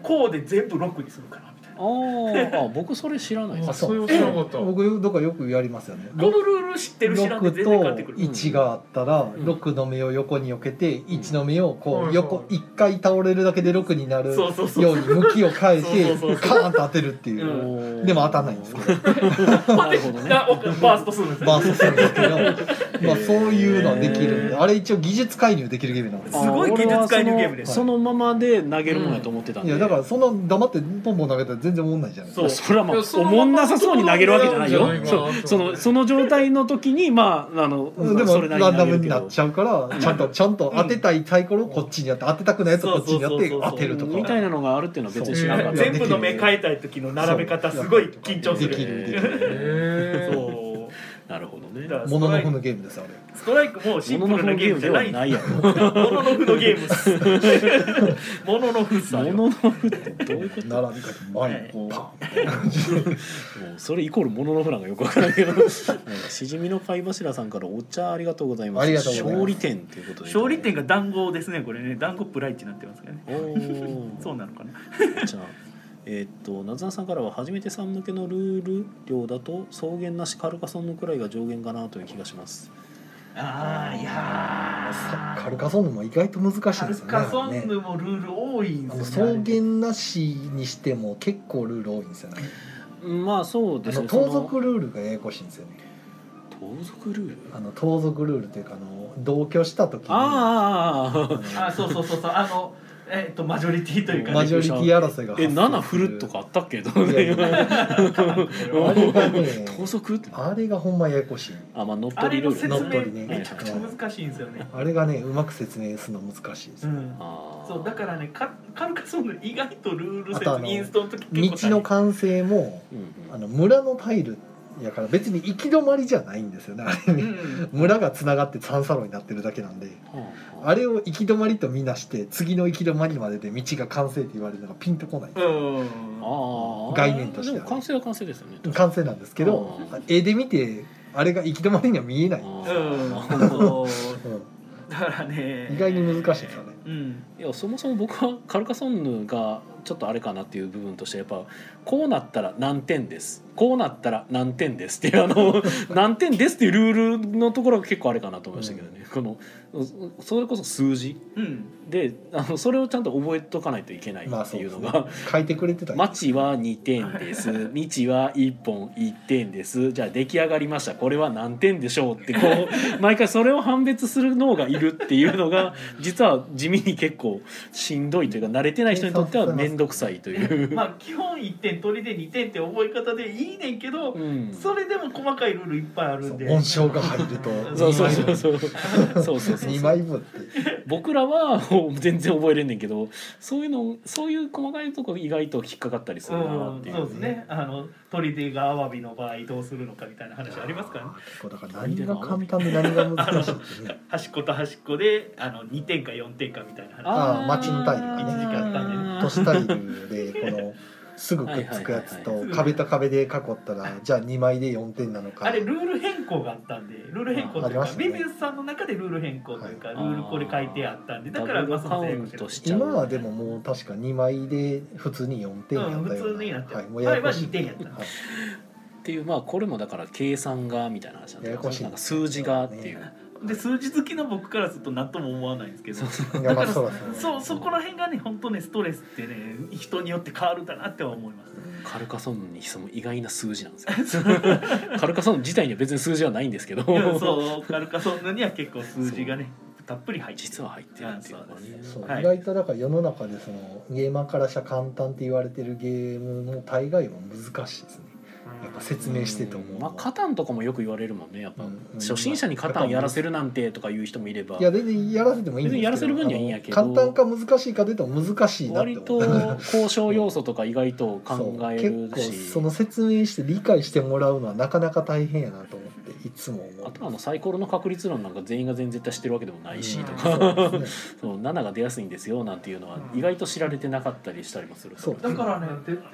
全部ろくにするかなみたいな。 ああ僕それ知らないです。 あそれを知らなかった。 僕どっかよくやりますよね。 このルール知ってる知らんで全然変わってくる。 ろくといちがあったら、 うんろくの目を横に避けていちの目をこううん横いっかい倒れるだけでろくになるよそうそうそううに向きを変えてそうそうそうカーンと当てるっていううんでも当たんないんですけどなるほどね。 あバーストするんですね。 バーストするんですけどまあそういうのはできるんであれ一応技術介入できるゲームなんですすごい技術介入ゲームですそのままで投げるものやと思ってたんで。 いやだからその黙ってポンポン投げたら全然思んないじゃないですか。 そうそれはまあいやそのおもんなさそうに投げるわけじゃないよまま。 そうそのその状態の時にまああのでもそれなりランダムに投げるけどになっちゃうからちゃんとちゃんと当てたいサイコロをこっちにやって当てたくないやつをこっちにやって当てるとかみたいなのがあるっていうのは別に知らなかった。 全部の目変えたい時の並べ方すごい緊張する。 できるできるへーそう。 なるほどね。 だからモノノフのゲームですあれ。 ストライクもシンプルなゲームじゃない。 ないやろ。 モノノフのゲームっす。モノノフっす。 モノノフってどういうこと？ 並び方前もうパそれイコールモノノフなんかよくわからないけど、ねしじみの貝柱さんからお茶ありがとうございます。 ありがとうございます勝利点ということで。 勝利点が団子ですねこれね。団子プライチになってますからね。 おお。 そうなのかな。 じゃあ。えー、っとなずなさんからは初めてさん向けのルール量だと草原なしカルカソンヌくらいが上限かなという気がします。 ああいやー。 カルカソンヌも意外と難しいカルですよね。 カソンヌもルール多いんあのですよね。 草原なしにしても結構ルール多いんですよね。 まあそうですね。 あの盗賊ルールがややこしいんですよね。 盗賊ルール？ あの盗賊ルールというかあの同居した時にああ。 あそうそうそうそうあのえっとマジョリティというか、ね、 マジョリティ争いが発生するえなな振るとかあったっけどいやいやあれがね盗賊ってあれがほんまややこしい。 あまあ乗っあれの説取りルール乗っ取明りねめちゃくちゃ難しいんですよね。 あれがねうまく説明するの難しいです、ねうん。 あーそうだからねカカルカソンヌ意外とルールあとあの説インストの時結構道の完成もうんうんあの村のタイルやから別に行き止まりじゃないんですよねあれね、 うん村がつながって三叉路になってるだけなんであれを行き止まりとみなして次の行き止まりまでで道が完成って言われるのがピンとこない、 うんあー概念としてはねでも完成は完成ですよね。 完成なんですけどあ絵で見てあれが行き止まりには見えない、 あうんーそううんだからね意外に難しいですよね。 うんいやそもそも僕はカルカソンヌがちょっとあれかなっていう部分としてやっぱこうなったら何点ですこうなったら何点ですっていうあの何点ですっていうルールのところが結構あれかなと思いましたけどね、このそれこそ数字うんであのそれをちゃんと覚えとかないといけないまあっていうのそうですねが、 書いてくれてたり町はにてんです道はいっぽんいってんですじゃあ出来上がりましたこれは何点でしょうってこう毎回それを判別する脳がいるっていうのが実は地味に結構しんどいというか慣れてない人にとっては面倒くさいという。 まあ基本いってん取りでにてんって覚え方でいいねんけど、 うんそれでも細かいルールいっぱいあるんで紋章が入るとそうそうそうそうそうそうそうにまいぶんって僕らは全然覚えれんねんけどそういうのそういう細かいとこ意外と引っかかったりするなうんっていう、 そうですねあの砦がアワビの場合どうするのかみたいな話ありますからね。 結構だから何が簡単で何が難しいってね端っこと端っこであのにてんかよんてんかみたいな話。 あー町のタイルがね一時間あったんでね都市タイルでこのすぐくっつくやつはいとはいはい壁と壁で囲ったらじゃあにまいでよんてんなのかあれルール変更があったんでルール変更というかあありましたねビビウスさんの中でルール変更というか、 はいルールこれ書いてあったんでだからまあそのダブルカウントしちゃう今はでももう確かにまいで普通によんてんやったような、 うん普通になってるはい、もうややこしい前はにてんやったはいっていうまあこれもだから計算がみたいな話なんややこしいなんか数字がっていう、 で数字好きの僕からすると何とも思わないんですけどいやまあそうだそうだそうそこら辺がね本当ねストレスってね人によって変わるんだなっては思います。 カルカソンヌに潜む意外な数字なんですよカルカソンヌ自体には別に数字はないんですけどいやそうカルカソンヌには結構数字がねたっぷり入ってる実は入ってるっていうのがねそう、 はい意外とだから世の中でそのゲーマーからしたら簡単って言われてるゲームの大概は難しいですねやっぱ説明してと思うのはまあカタンとかもよく言われるもんねやっぱ、 うん初心者にカタンやらせるなんてとか言う人もいればいや全然やらせてもいいんですけど別にやらせる分にはいいんやけどあの簡単か難しいかで言うと難しいなって割思うと交渉要素とか意外と考えるそう結し構その説明して理解してもらうのはなかなか大変やなと思っていつも思うあとあのサイコロの確率論なんか全員が全員絶対知ってるわけでもないしとか、 そうですねそのななが出やすいんですよなんていうのは意外と知られてなかったりしたりもするそうだからね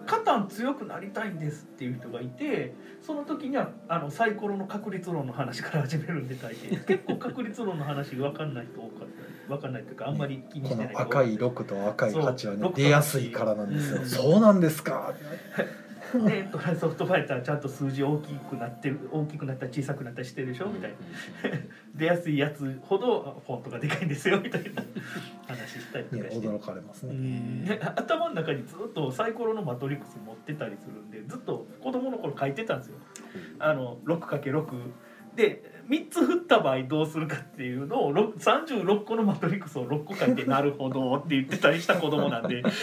カタン強くなりたいんですっていう人がいて、その時にはあのサイコロの確率論の話から始めるんで大抵結構確率論の話分かんない人多かったり分かんないというかあんまり気にしこてないの赤いろくと赤いはちはねそう出やすいからなんですよ、 うんそうなんですかでトライソフトファイターちゃんと数字大きくなってる大きくなったり小さくなったりしてるでしょみたいな出やすいやつほどフォントがでかいんですよみたいな話したりとねかして、 驚かれますね、 で頭の中にずっとサイコロのマトリックス持ってたりするんでずっと子供の頃書いてたんですよ。あの ろくかけるろく でみっつ振った場合どうするかっていうのをさんじゅうろっこのマトリックスをろっこ書いてなるほどって言ってたりした子供なんで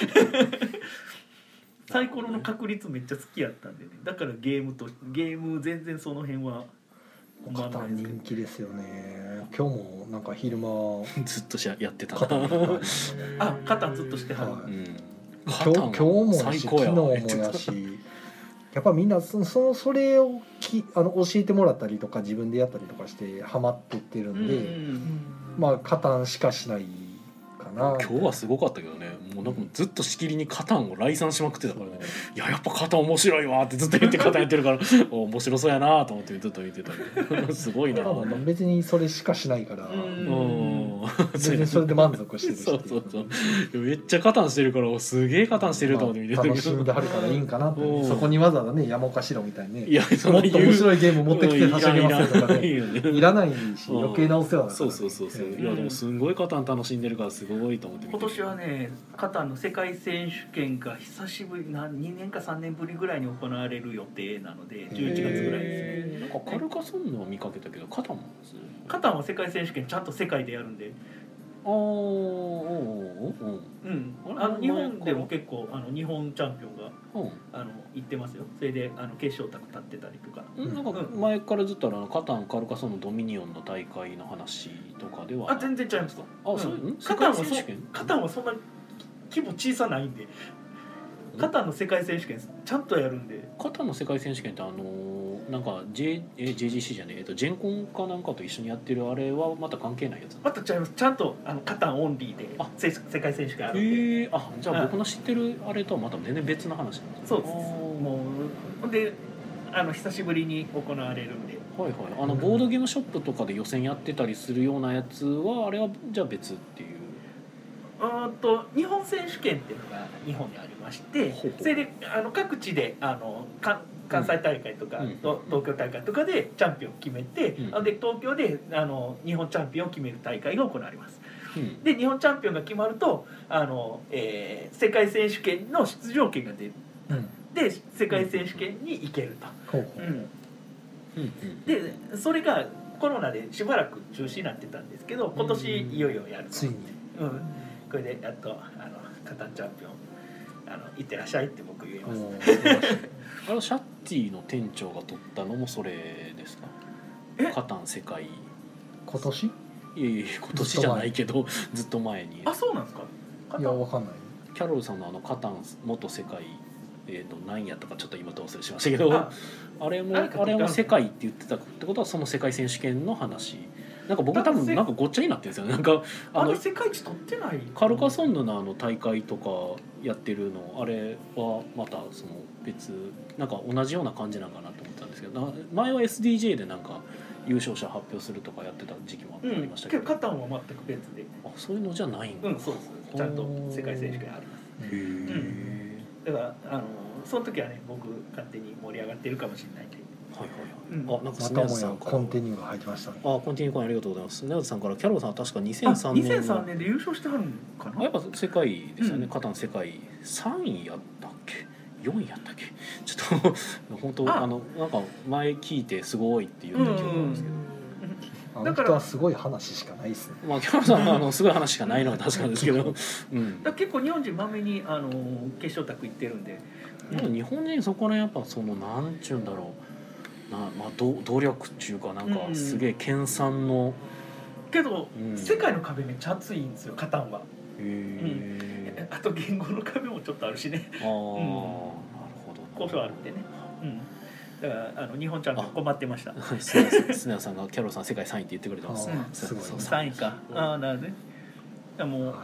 サイコロの確率めっちゃ好きやったんでね、だからゲームとゲーム全然その辺はカタン人気ですよね。今日もなんか昼間ずっとしやってたカタンやったりねあカタンずっとしてはる、 はいうん今日今日もやし昨日もやしやっぱみんなそそそれをきあの教えてもらったりとか自分でやったりとかしてハマってってるんで、 うんまあカタンしかしないかな。 今日はすごかったけどね、もうなんかずっとしきりにカタンを来賛しまくってたからね、いややっぱカタン面白いわってずっと言ってカタンやってるからお面白そうやなと思ってずっと見てたけどすごいな。 まあまあ別にそれしかしないからうんうん全然それで満足してるしそうそうそうめっちゃカタンしてるからすげえカタンしてると思って見てたけど、 楽しんではるからいいんかなって、 うんそこにわざわざね山岡しろみたいにねいやそもっと面白いいゲーム持ってきて差し上げますよとかねいいよねいらないし余計なお世話だから、 そうそうそうそう、 えいやでもすんごいカタン楽しんでるからすごいと思って見て今年はねカタンの世界選手権が久しぶりなにねんかさんねんぶりぐらいに行われる予定なのでじゅういちがつぐらいですね。 なんかカルカソンヌは見かけたけどカタンもですね。 カタンは世界選手権ちゃんと世界でやるんで、 あーおーおーおうんあれあの日本でも結構あの日本チャンピオンがーおーあの行ってますよ。それであの決勝卓立ってたりとか。 うんなんか前からずっとあのカタンカルカソンヌドミニオンの大会の話とかではあ全然違いますと。 あそういう、 んん、世界カタンはそ選手権カタンはそんな規模小さないんで、カタンの世界選手権ちゃんとやるんで。 カタンの世界選手権ってあのーなんか、J え ジェイジーシー じゃねえ、えっと、ジェンコンかなんかと一緒にやってるあれはまた関係ないやつなのまた違います。ちゃんとあのカタンオンリーであせ世界選手権あるんで。 へえあじゃあ僕の知ってるあれとはまた全然別の話なんですそうです。 あーもうほんであの久しぶりに行われるんで。 はいはいあのボードゲームショップとかで予選やってたりするようなやつはあれはじゃあ別っていううんと日本選手権っていうのが日本にありましてほうほうそれであの各地であのか関西大会とか、 うんと東京大会とかでチャンピオンを決めて、 うんで東京であの日本チャンピオンを決める大会が行われます。 うんで日本チャンピオンが決まるとあの、えー世界選手権の出場権が出る。 うんで世界選手権に行けると。 ほうほううんうんうんでそれがコロナでしばらく中止になってたんですけど今年いよいよやると。 ついにうん、これでやっとあのカタンチャンピオンあの行ってらっしゃいって僕言います。 もう素晴らしいあのシャッティの店長が取ったのもそれですかえカタン世界今年いやいや今年じゃないけどずっと前にあそうなんですか。カいタンやわかんないキャロルさんのあのカタン元世界えー、と何やったかちょっと今どうせしましたけどああれもあれかあれも世界って言ってたってことはその世界選手権の話なんか僕多分なんかごっちゃになってるんですよねなんかあのあの世界一取ってない。 カルカソンヌのあの大会とかやってるのあれはまたその別なんか同じような感じなんかなと思ったんですけどな前は エスディージェー でなんか優勝者発表するとかやってた時期もあうんりましたけど、 けどカタンは全く別で。 あそういうのじゃないんだ、 うんそうです。ちゃんと世界選手権あります。 へえ、 だからあのその時はね僕勝手に盛り上がってるかもしれないんで。 はいはいはい、 うんあなんかスネまたもやアズさんからコンティニューが入りましたねあコンティニューコインありがとうございますスネアズさんからキャロルさんは確かにせんさんあねんのにせんさんねんで優勝してはるんかな。 あやっぱ世界ですよね、 うんカタン世界さんいやったっけよんいやったっけちょっと本当ああのなんか前聞いてすごいって言った記憶なんですけど、 あの人はすごい話しかないですねまあキャロルさんはあのすごい話しかないのは確かですけど、うん、 だから結構日本人まめにあの決勝卓行ってるんで。 でも日本人そこらやっぱそのなんちゅうんだろうな、まあ、ど努力っていうかなんかうんすげえ研鑽の、 けど、 うん世界の壁めっちゃ厚いんですよカタンは。 へえ、 あと言語の壁もちょっとあるしね。 ああ、なるほど交渉あるってね。うん。だからあの日本チャンピオン困ってました。 スネアさんスネアさんがキャロルさん世界さんいって言ってくれてます、 あーすごいそうそうさんいか。ああなるほどね。でもうはい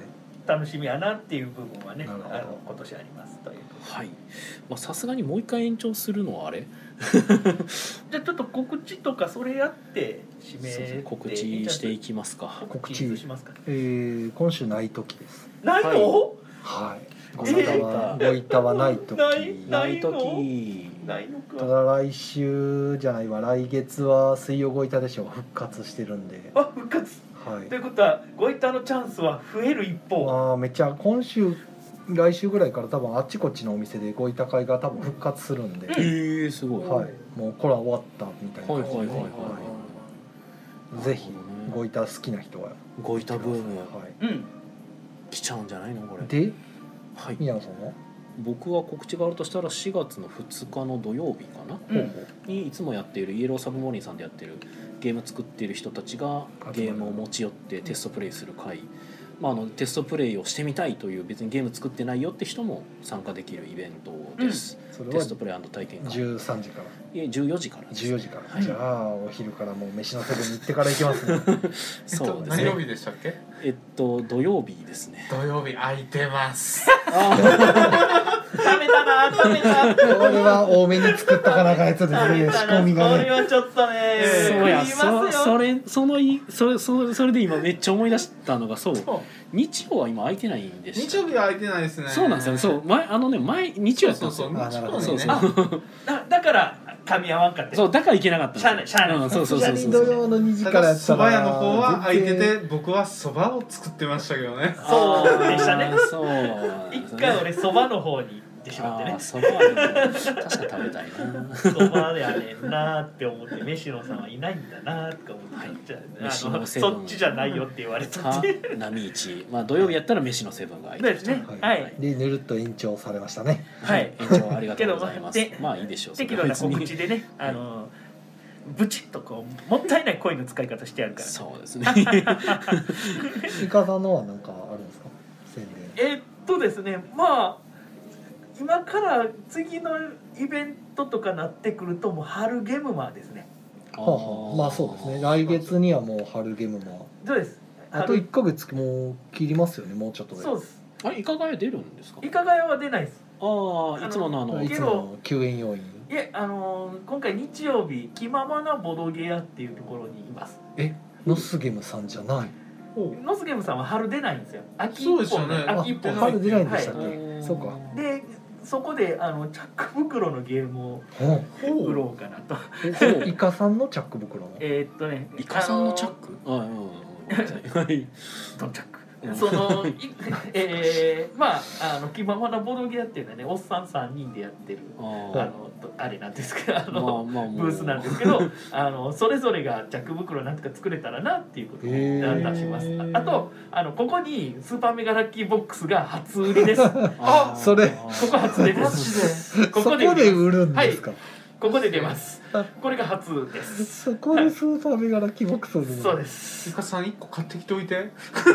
楽しみやなっていう部分はね、 なるほどあの今年ありますという。 はい。まあさすがにもう一回延長するのはあれ？ じゃあちょっと告知とかそれやって締めてそうそう告知していきますか。 告知しますか。 えー、今週ない時です。 ないの？ はいごえいたはごいたはない時ないない時。 ないのか。 ただ来週じゃないわ来月は水曜ごいたでしょう復活してるんで、 あ復活。 はいということはごいたのチャンスは増える一方。 あーめっちゃ今週来週ぐらいから多分あっちこっちのお店でごいた会が多分復活するんで、 えー、すごい。 はいもうこれは終わったみたいな感じで、 はいはいはいはいぜひごいた好きな人はごいたブームはうん。 来ちゃうんじゃないのこれ。 い、ではい。 宮野さんは、 僕は告知があるとしたらしがつのふつかの土曜日かな、 うんほうほうにいつもやっているイエローサブモリンさんでやってるゲーム作っている人たちがゲームを持ち寄ってテストプレイする会、まあ、あのテストプレイをしてみたいという別にゲーム作ってないよって人も参加できるイベントです、 それはテストプレイ&体験会じゅうさんじからいえじゅうよじからですじゅうよじから、 はいじゃあお昼からもう飯のセブンに行ってから行きますねえっそうと何曜ですね日でしたっけ？ えっと土曜日ですね土曜日空いてます。 食べたな食べた。 これは多めに作ったかなかやつですね仕込みがこれねはちょっとね。 そうや食いますよそそれそのいそれそれそれで今めっちゃ思い出したのがそうそう日曜は今空いてないんでした日曜日は空いてないですね。 そうなんですよねそう前あのね前日曜やったんですよそうそうあなるほど日曜日ね。 そうだだから噛み合わんかった。 そうだから行けなかったんですよしゃあないしゃあないうん、そうそうそうそう土曜のにじたからやったらだ蕎麦屋の方は空いて全然て僕は蕎麦を作ってましたけどね。 そうでしたねあーそうなんですね一回俺そばの方に行ってしまってねあー。そばはでも確か食べたいなそばであれんなーって思って飯野さんはいないんだなーとか思って、 はいじゃあ飯あの野セブンそっちじゃないよって言われたかって。 波一まあ土曜日やったら飯のセブンが空いてるですね。 ははいい。 でぬるっと延長されましたねはい延長ありがとうございますけどまあいいでしょう適度な告知でね、あのブチッとこうもったいない声の使い方してやるから。 そうですねイカさんのは何かあるんですか宣伝えーっとですね、まあ今から次のイベントとかなってくるともう春ゲムマですね。 はあはあまあそうですね来月にはもう春ゲームもそうです。 あといっかげつもう切りますよねもうちょっとでそうです。 あれイカガヤ出るんですかイカガヤは出ないです。 ああいつものあのいつもの救援要員いえ、あのー今回日曜日気ままなボドゲ屋っていうところにいます。 えノスゲムさんじゃないノスゲムさんは春出ないんですよ。秋一本そうですよねあ秋一本春出ないんでしたっけ、 はいそうかでそこであのチャック袋のゲームをほ売ろうかなと。 えそれイカさんのチャック袋のえーっとね、 イカさんのチャックあーうんうんうんごめんなさいはいドンチャック。そのいえー、まああの気ままなボドゲ屋っていうのはねおっさんさんにんでやってるああーのとあれなんですけどあまあの、 まあもうブースなんですけどあのそれぞれがジャック袋なんとか作れたらなっていうことを出へーします。あとあのここにスーパーメガラッキーボックスが初売りです。こあーそれこ初出ま。 ますこそここで売りますで売るんですか、 ここで出ますあ。 これが初です。 そこでスーパーメガラキボックスを売るのそうです。 イカさん一個買ってきておいて。 もう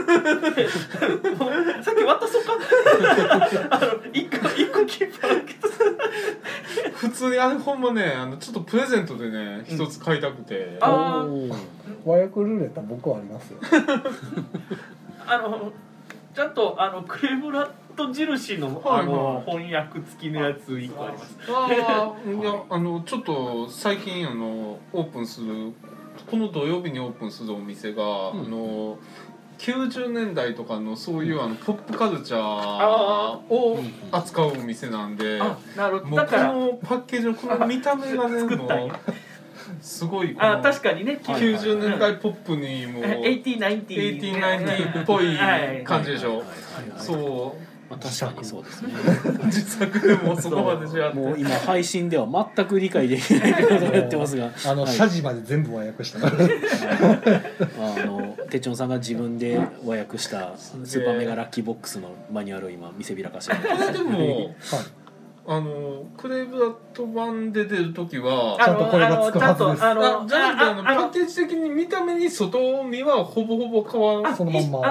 さっき渡そうか。あの一個一個キーパーけど。 普通にあれほんまねあのちょっとプレゼントでね一つ買いたくて。 あおー和訳ルーレット僕はありますよあのちゃんとあのクレブラット印のあはいのはい翻訳付きのやつ一個あります。 ああいやあのちょっと最近あのオープンするこの土曜日にオープンするお店が、 うんあのきゅうじゅうねんだいとかのそういうあのポップカルチャーあをうん扱うお店なんで、 あ、なるほもうこど。だからのパッケージのこの見た目がね作ったんやもうすごいこあの確かにね。 きゅうじゅうねんだいポップにもうエイティーナインティーエイティーナインティーっぽいはい感じでしょ。 はいはいはいそうまあ確かにそうですね自作でもそこまでしやってもう今配信では全く理解できないことをやってますがあの、 はい謝辞まで全部和訳したからはいあのてっちょんさんが自分で和訳したスーパーメガラッキーボックスのマニュアルを今見せびらかしてるこれでもはいあのクレイブラッド版で出る時はちゃんとこれがつくはずですあのちゃんとあのあじゃなくてあのパあッケージ的に見た目に外見はほぼほぼ変わらあそのまんまいあの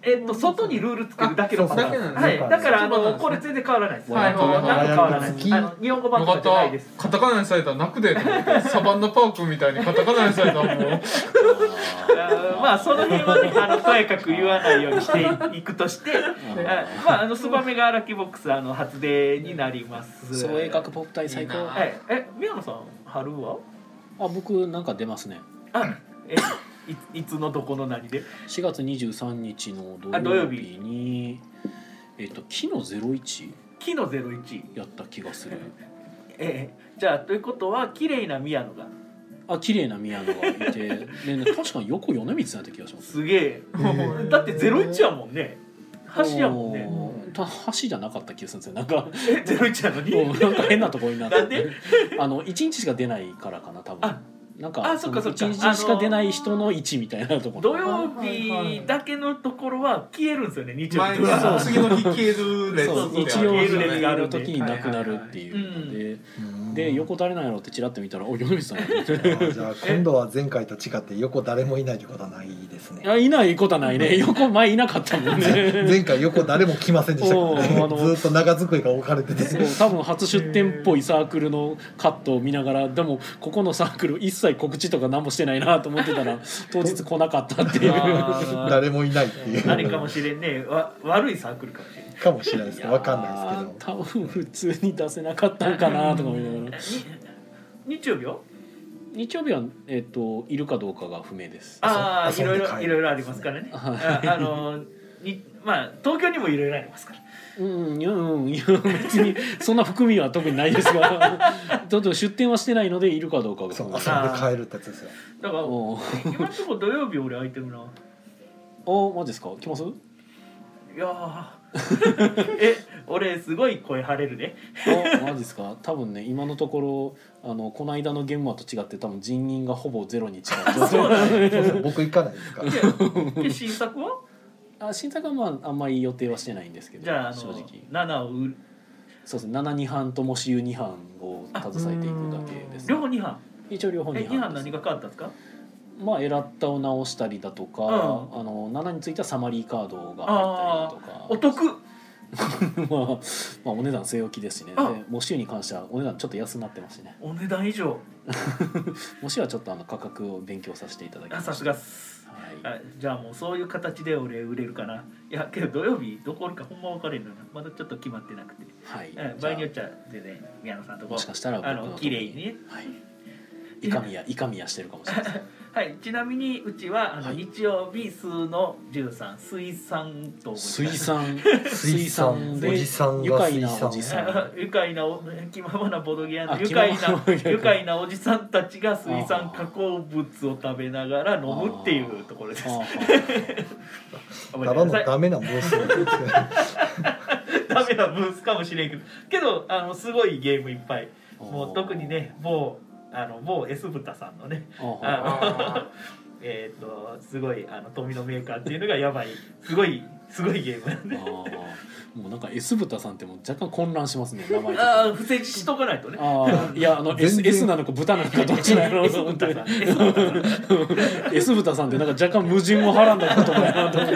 えっと外にルールつけるだけのパターン。 あはい。 そうだからあそうなんですねのこれ全然変わらないです。 はいはいはいなんか変わらないです。あの日本語版よかっとかじゃないたです。 カタカナにされたら泣くでと思ってサバンナパークみたいにカタカナにされたらもうあまあその辺はねあのとやかく言わないようにしていくとして、あまああのスバメガラキボックスあの初出になります。 創英学ポップ隊最高。あはい。え宮野さん春は？ 僕なんか出ますね。 あえいいつのどこの何で？ しがつにじゅうさんにちの土あ土曜日曜日にえっと木のゼロイチ木のゼロイチ。 やった気がする。 えー、じゃあということは綺麗な宮野があ、綺麗な宮野がいて、で、ね、確かに横米光さんやった気がします。 すげえ。だってゼロイチやもんね。橋やもんね。 おーた橋じゃなかった気がするんですよ。なんかえゼロイチなのに。 もうなんか変なところになってなんで？ あのいちにちしか出ないからかな多分。 あなんかあそっかそっかいちにちしか出ない人のいちみたいなところ。 土曜日だけのところは消えるんですよね。日曜日前には。 次の日消える列そうって日曜日消える列があるのんで時になくなるっていうので、 うんで横誰なんやろってチラッと見たらお米光さんやってあーじゃあ今度は前回と違って横誰もいないということはないですねいやいないことはないね。横前いなかったもんね。 前回横誰も来ませんでしたからねおーあのずっと長机が置かれててそう多分初出店っぽいサークルのカットを見ながらでもここのサークル一切告知とか何もしてないなと思ってたら当日来なかったっていうあー誰もいないっていう何かもしれんね。わ悪いサークルかもしれん。 かもしれないですけどわかんないですけどいやー多分普通に出せなかったんかなとか思いながらに日曜日は？ 日曜日は、えっといるかどうかが不明です。 ああいろい遊んで帰るろいろいろありますからね。 はいああのにまあ東京にもいろいろありますから。 うんいやうんいや別にそんな含みは特にないですがちょっと出店はしてないのでいるかどうかがそう不明です。 遊んで帰るってやつですよだからおー今のところ土曜日俺空いてるな。 おマジですか来ますいやーえ俺すごい声張れるね。 あマジですか多分ね今のところあのこの間の現場と違って多分人員がほぼゼロに近い状そうだね。 そうそう僕行かないですかで新作は？ あ新作はまああんまり予定はしてないんですけどじゃああの正直ななを売るそうですねななにはんともしゆにはんを携えていくだけです、 両方にはん。 一応両方えにはんですにはん何が変わったんですか？ まあエラッタを直したりだとか、 うんあのななについてはサマリーカードが入ったりだとかお得。 まあ、まあお値段据え置きですしねあでもしゆに関してはお値段ちょっと安くなってますしねお値段以上。 もしはちょっとあの価格を勉強させていただきましたあさすがっす。 はいあじゃあもうそういう形で俺売れるかな。いやけど土曜日どこおるかほんま分かれんのな。まだちょっと決まってなくて。 はいうん場合によっちゃ全然宮野さんとこもしかしたら僕あのとこの綺麗にね。 はいいかみやいかみやしてるかもしれないですはい、ちなみにうちはあの、 はい日曜日数のじゅうさん水産と水産水産でおじさん愉快なが水産おじさん愉快なお気ままなボドゲ屋のあ愉快な気ままな愉快なおじさんたちが水産加工物を食べながら飲むっていうところです。 あごめたんなさいだのダメなブースなんですけどダメなブースかもしれんけどけどあのすごいゲームいっぱいあもう特にね某あの某 S 豚さんのねああのえっとすごいあの富のメーカーっていうのがやばいすごいすごいゲームなんであもうなんか S 豚さんってもう若干混乱しますね名前とかああ伏せしとかないとねああいやあの S, 全然 S なのか豚なのかどっちなの S と思って豚さん S 豚さん S 豚さんってなんか若干矛盾をはらんだことないなと思って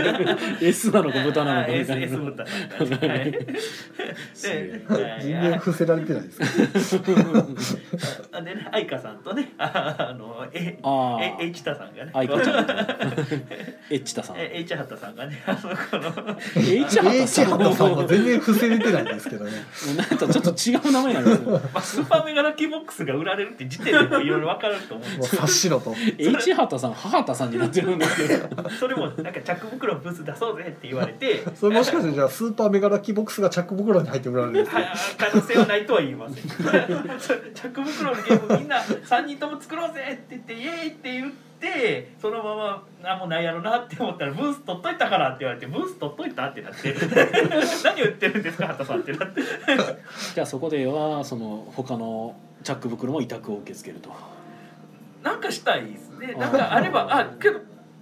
S なのか豚なのあかみ S, たい S な豚さんはいで全然伏せられてないですけどあでね愛花さんとねああのえあえ H 田さんがねあ愛子ちゃんとエッチタさんえ H 畑さんがねあのこの H 畑 H さん畑さんは全然伏せれてないんですけどねなんかちょっと違う名前なんですよまあ、スーパーメガラキーボックスが売られるって時点でもいろいろ分かると思うんでもう察しろと H 畑さん母畑さんになってるんですけどそれもなんか着袋のブース出そうぜって言われてそれもしかしてじゃあスーパーメガラッキーボックスがチャック袋に入って売られるんですかは可能性はないとは言いません着袋のゲームみんなさんにんとも作ろうぜって言ってイエーイって言ってそのまま何もないやろなって思ったらブース取っといたからって言われてブース取っといたってなって何を言ってるんですか畑さんってなってじゃあそこではその他のチャック袋も委託を受け付けるとなんかしたいですねなんかあればあけど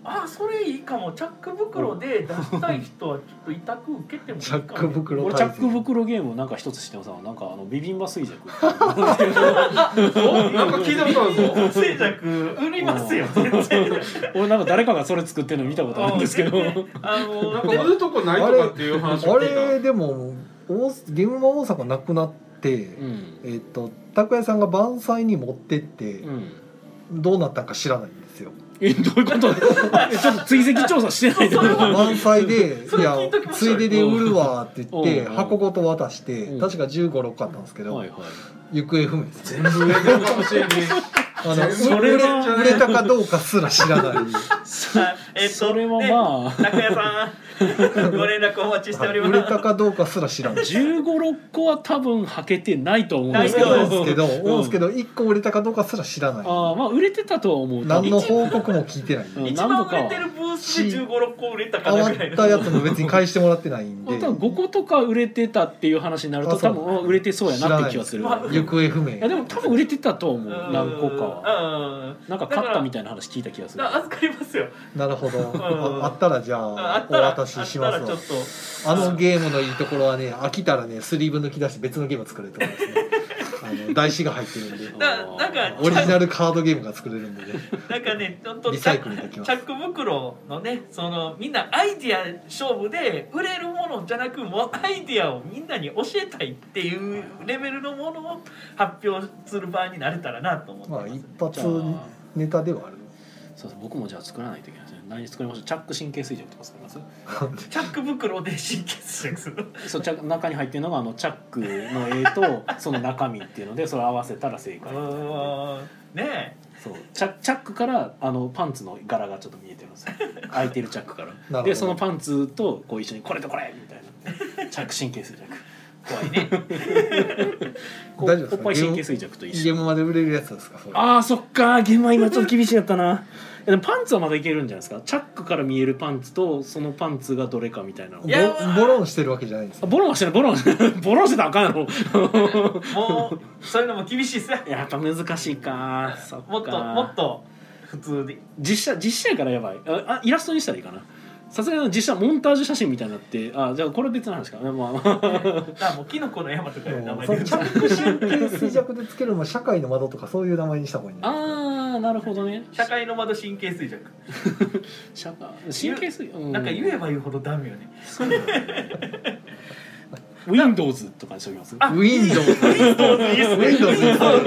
あそれいいかも。チャック袋で出したい人はちょっと委託受けてもいいかも。 チャック袋俺チャック袋ゲームなんか一つ知ってますわ。なんかあのビビンバ衰弱なんか聞いたことあるぞ。 静寂売りますよ全然。 俺なんか誰かがそれ作ってるの見たことあるんですけどあのなんか売るとこないとかっていう話をあ聞いた。 れでも大ゲームマ大阪なくなって、 うんえっ、と拓哉さんが万歳に持ってって、 うんどうなったんか知らないんですよ。 えどういうことえちょっと追跡調査してないで満載でそれいや聞いときましょうよついでで売るわって言ってうん箱ごと渡してうん確かじゅうご、ろっこあったんですけどはいはい行方不明です。 全部売れてるかもしれない。 あのそれは売れたかどうかすら知らない。 あえっとそれはまあね中谷さんご連絡お待ちしております。 売れたかどうかすら知らない。 じゅうご、ろっこは多分はけてないと思うんですけどないですけど、 うん思うんですけどいっこ売れたかどうかすら知らない。 ああまあ売れてたとは思う。 何の報告も聞いてない。 うん一番売れてるブースでじゅうご、ろっこ売れたかなぐらいの。 余ったやつも別に返してもらってないんで多分ごことか売れてたっていう話になるとあそう多分売れてそうやなって気はする。 知らない行方不明。 いやでも多分売れてたと思う何個かは。 はなんか勝ったみたいな話聞いた気がする。 預かりますよ。 なるほど。 んああったらじゃあおあったら渡ししますわあったらちょ。っとあのゲームのいいところはね、飽きたらねスリーブ抜き出して別のゲーム作れるところですね。あの台紙が入ってるんで、 ななんかオリジナルカードゲームが作れるんでね。 なんかねちょっとリサイクルできますチャック袋のねそのみんなアイディア勝負で売れるものじゃなくもうアイディアをみんなに教えたいっていうレベルのものを発表する場合になれたらなと思ってまあます。 一発じゃあネタではある。 そうそう僕もじゃあ作らないといけないですね。何作りましょう。チャック神経衰弱とか作ります。 チャック袋で神経衰弱する。 そうチャック中に入ってるのがあのチャックの絵とその中身っていうのでそれを合わせたら正解。 うんねそうチャチャックからあのパンツの柄がちょっと見えてるんですよ。開いてるチャックかほら。 どでそのパンツとこう一緒にこれとこれみたいな。チャック神経衰弱。 怖いね。 こ大丈夫ですかおっぱい神経衰弱と一緒。 ゲームまで売れるやつですかそれ。 あーそっか現場今ちょっと厳しいやったな。いやでもパンツはまだいけるんじゃないですか。チャックから見えるパンツとそのパンツがどれかみたいなのボいやボロンしてるわけじゃないんですあよ。 ボロンはしてないボロンボロンしてたらあかんやろ。 もうそういうのも厳しいっすよ。 やっぱ難しいか。そっかもっともっと普通で。 実写実写やからやばい。ああイラストにしたらいいかな。さすがに実写モンタージュ写真みたいになってあじゃあこれ別の話か。まあまああもうキノコの山とかいう名前でそのチャック神経衰弱でつけるのも社会の窓とかそういう名前にした方がいいんじゃないですか。 あーなるほどね。 社会の窓神経衰弱。 社会神経衰弱。 なんか言えば言うほどダメよね。 そうだね。Windows とかにしておきます。 あ Windows Windows いいっすね。 Windows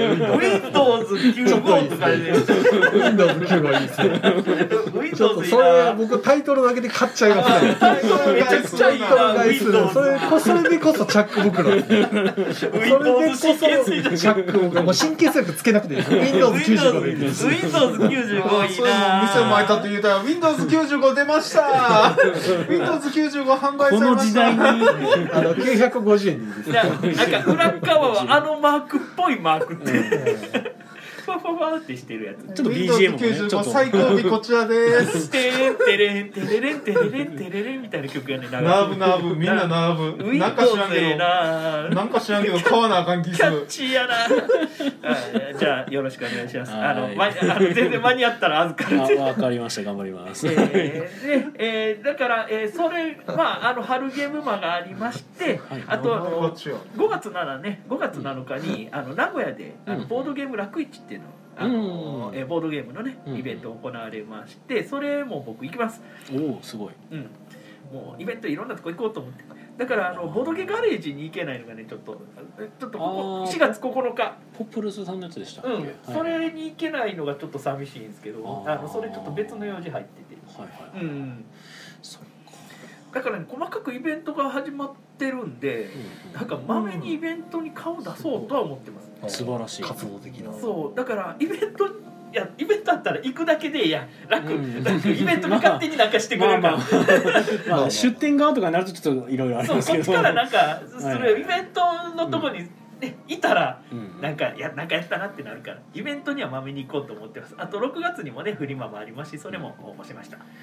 Windows きゅうじゅうごとかで。 Windows きゅうがいいですね。ちょっと Windows いいそれな。 僕タイトルだけで買っちゃいますね。 タイトルめちゃくちゃいいな。 タイトル買いする Windows それこそれでこそチャック袋ですね。それでこそ Windows チャック袋もう神経衰弱つけなくていいです Windows きゅうじゅうごでいいです。 Windows きゅうじゅうごいいそういうのな。 店前立って言うたら ウィンドウズきゅうじゅうご 出ました ウィンドウズきゅうじゅうご 販売こされましたの時代にあのきゅうひゃくごじゅうえんでいいです。 いやなんか裏側はあのマークっぽいマークってファファファってしてるやつ。 ちょっと ビージーエム もねウィンドウズきゅうじゅうごちょっと最後尾こちらですテレンテレンテレレンテレレンテレレンみたいな曲やね。 ナーブナーブみんなナーブなんか知らん Windows ええけどな。 なんか知らんけど買わなあかん気キするャッチーやな。あじゃあよろしくお願いします。あの、 はいま、あの全然間に合ったら預かるんで。 あわかりました頑張ります。 えーでえーだから、えーそれまああの春ゲームマがありまして、 はいあとあのこっちよごがつななねごがつなのかにあの名古屋であのうんボードゲーム楽市っていうのあの、 うんえーボードゲームのねうんイベント行われまして、それも僕行きます。 おおすごい。 うん。もうイベントいろんなとこ行こうと思って。だからあのボードゲガレージに行けないのがねちょっとえちょっとここあーしがつここのか。 ポップルスさんのやつでしたっけ。 うん、 はいそれに行けないのがちょっと寂しいんですけど、 あーあのそれちょっと別の用事入ってて、 はいはい。 うん、 そっか。 だからね細かくイベントが始まってるんで、なんかまめにイベントに顔出そうとは思ってます。 素晴らしい活動的な。 そうだからイベントいやイベントあったら行くだけでいいや楽、 うん楽イベントに勝手になんかしてくれるから、 まあまあ、まあ出店側とかになるとちょっといろいろありそうますけど。 こっちからなんかすはいはいるイベントのとこに、ね、いたらうんなんかやなんかやったなってなるからイベントにはまめに行こうと思ってます。あとろくがつにもねフリマもありますしそれも応募しました。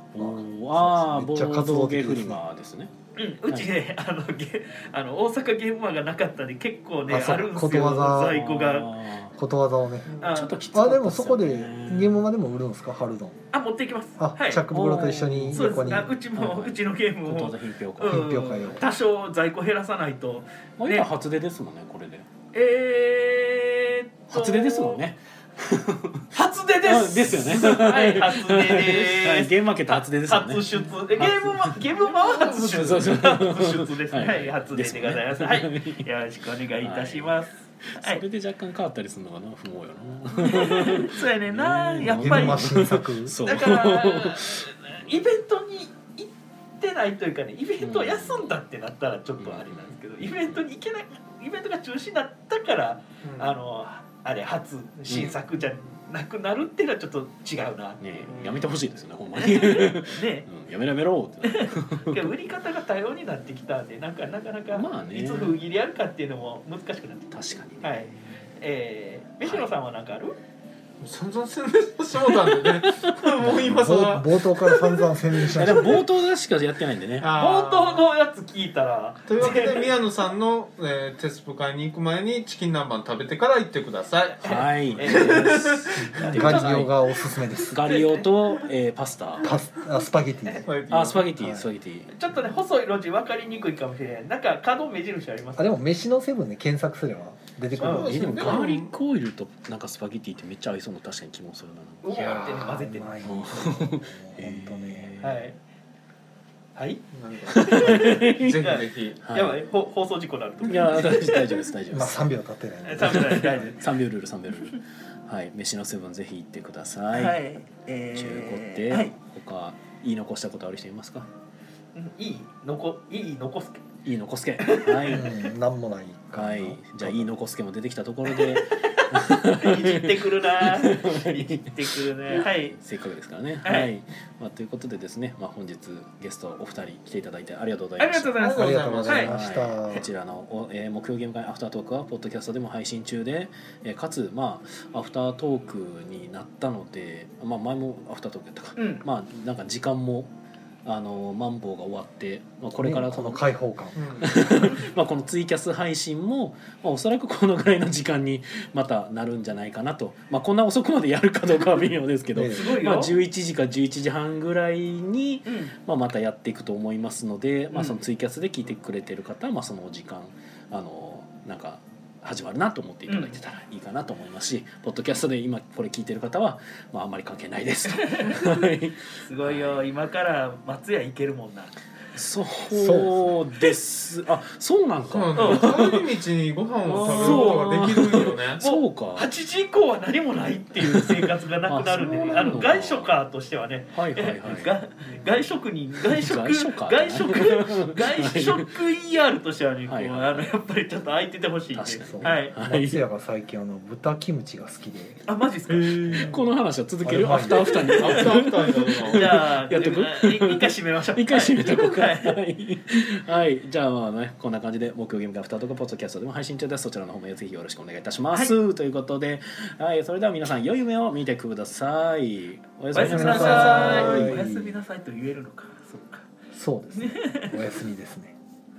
おーああボめっちゃード活動ゲフリ的ですねマですね。 うん、うちね、あのゲあの大阪ゲームマンがなかったんで結構ねあそうあるんですことよわざ在庫が。 あことわざをねあーちょっときつかあったでもそこでっすよねゲームまでも売るんですか春丼あ持っていきます。 あ、 はいチャック袋と一緒にそうで横にすあうちも、 はいうちのゲームをことわざ品評会。 うん品評会を多少在庫減らさないと。 まあ今初出ですもんねこれで。 えーっと初出ですもんね。 初出ですあですよね。 はい初出はいですゲームマーケット初出ですよね。 初出えゲームマゲームマは初出そうそう初出ですねはいはい初出でございますはいよろしくお願いいたしますはそれいで若干変わったりするのかな不毛よな。 そうやねんなねえやっぱりゲームマ新作そうだからイベントに行ってないというかねイベントを休んだってなったらちょっとあれなんですけどイベントに行けないイベントが中止になったからあのあれ初新作じゃなくなるっていうのはちょっと違うな、 ねえやめてほしいですよねほんまに。 ねうんやめろやめろってなる。 けど売り方が多様になってきたんでなんかなかなかまあねいつ封切りやるかっていうのも難しくなってき確かにね。 たはいえー、飯野さんは何かある、 散々宣伝してもうたんでねもう今そ冒の冒頭から散々宣伝しいましたやでも冒頭しかやってないんでね。 冒頭のやつ聞いたらというわけで宮野さんの、えー、テスプ会に行く前にチキン南蛮食べてから行ってください。 はい。 えーガリオがおすすめですガリオと、えー、パスタ。 パスあスパゲティあスパゲティはいスパゲティ。 ちょっとね細い路地分かりにくいかもしれないなんか角目印ありますあでも飯のセブンで検索すれば出てくるうんえでもガーリックオイルとなんかスパゲティってめっちゃ合いそうな確かに気もするな。 うわーってね混ぜてねうまいうん本当ねはいはいなんかぜひぜひ。 はいやばいほ放送事故になるといや大丈夫です大丈夫です大丈夫まあです。 さんびょう経ってないんでダメだ大丈夫三秒ルール三秒ルール。はい飯のセブンぜひ行ってください。 はいえ中古っーて、 はい他言い残したことある人いますか。 うんいい残いい残すけいい残すけ。はい。 うんなんもないかなはい、じゃあいい残すけも出てきたところでいじってくるないじってくるねはいせっかくですからね。 ははいい、まあ、ということでですね、まあ、本日ゲストお二人来ていただいてありがとうござあいました。 りがとうございますありがとうございまはいした、 こちらの、おえー、木曜ゲーム会アフタートークはポッドキャストでも配信中で、えーかつまあアフタートークになったので、まあ前もアフタートークやったか、 うんまあなんか時間もあのマンボウが終わって、まあ、これからねこのその、 開放感まあこのツイキャス配信も、まあ、おそらくこのぐらいの時間にまたなるんじゃないかなと、まあ、こんな遅くまでやるかどうかは微妙ですけど、 ねすごいよまあ、じゅういちじかじゅういちじはんぐらいに、 うんまあ、またやっていくと思いますので、まあ、 うんそのツイキャスで聞いてくれてる方は、まあ、そのお時間あのなんか始まるなと思っていただいてたらいいかなと思いますし、ポッドキャストで今これ聞いてる方は、まあ、あんまり関係ないですと。はいすごいよ今から松屋行けるもんなそうですあそうなんそうなんかだよ帰り道にご飯を食べることができるんよね。 そうかはちじ以降は何もないっていう生活がなくなるんで、ね、あのあそうなのか外食としてはねはいはいはいが外食に外食外食か外食外食 イーアール としてはねこうはいはいあのやっぱりちょっと空いててほしいんで確かそうはいはい松屋が最近あの豚キムチが好きであマジっすかこの話は続けるあれアフターアフターにアフターアフターになるな。 じゃあやっとくい一回締めましょう一回締めとこうか。 ははいい、はい、じゃあまあねこんな感じで木曜ゲーム会アフターとかポッドキャストでも配信中です。そちらの方もぜひよろしくお願いいたします。ということで、はい、それでは皆さん良い夢を見てください。おやおやすみなおやすみなさいさいおやすみなさいと言えるのかそうかそうですねお休みですね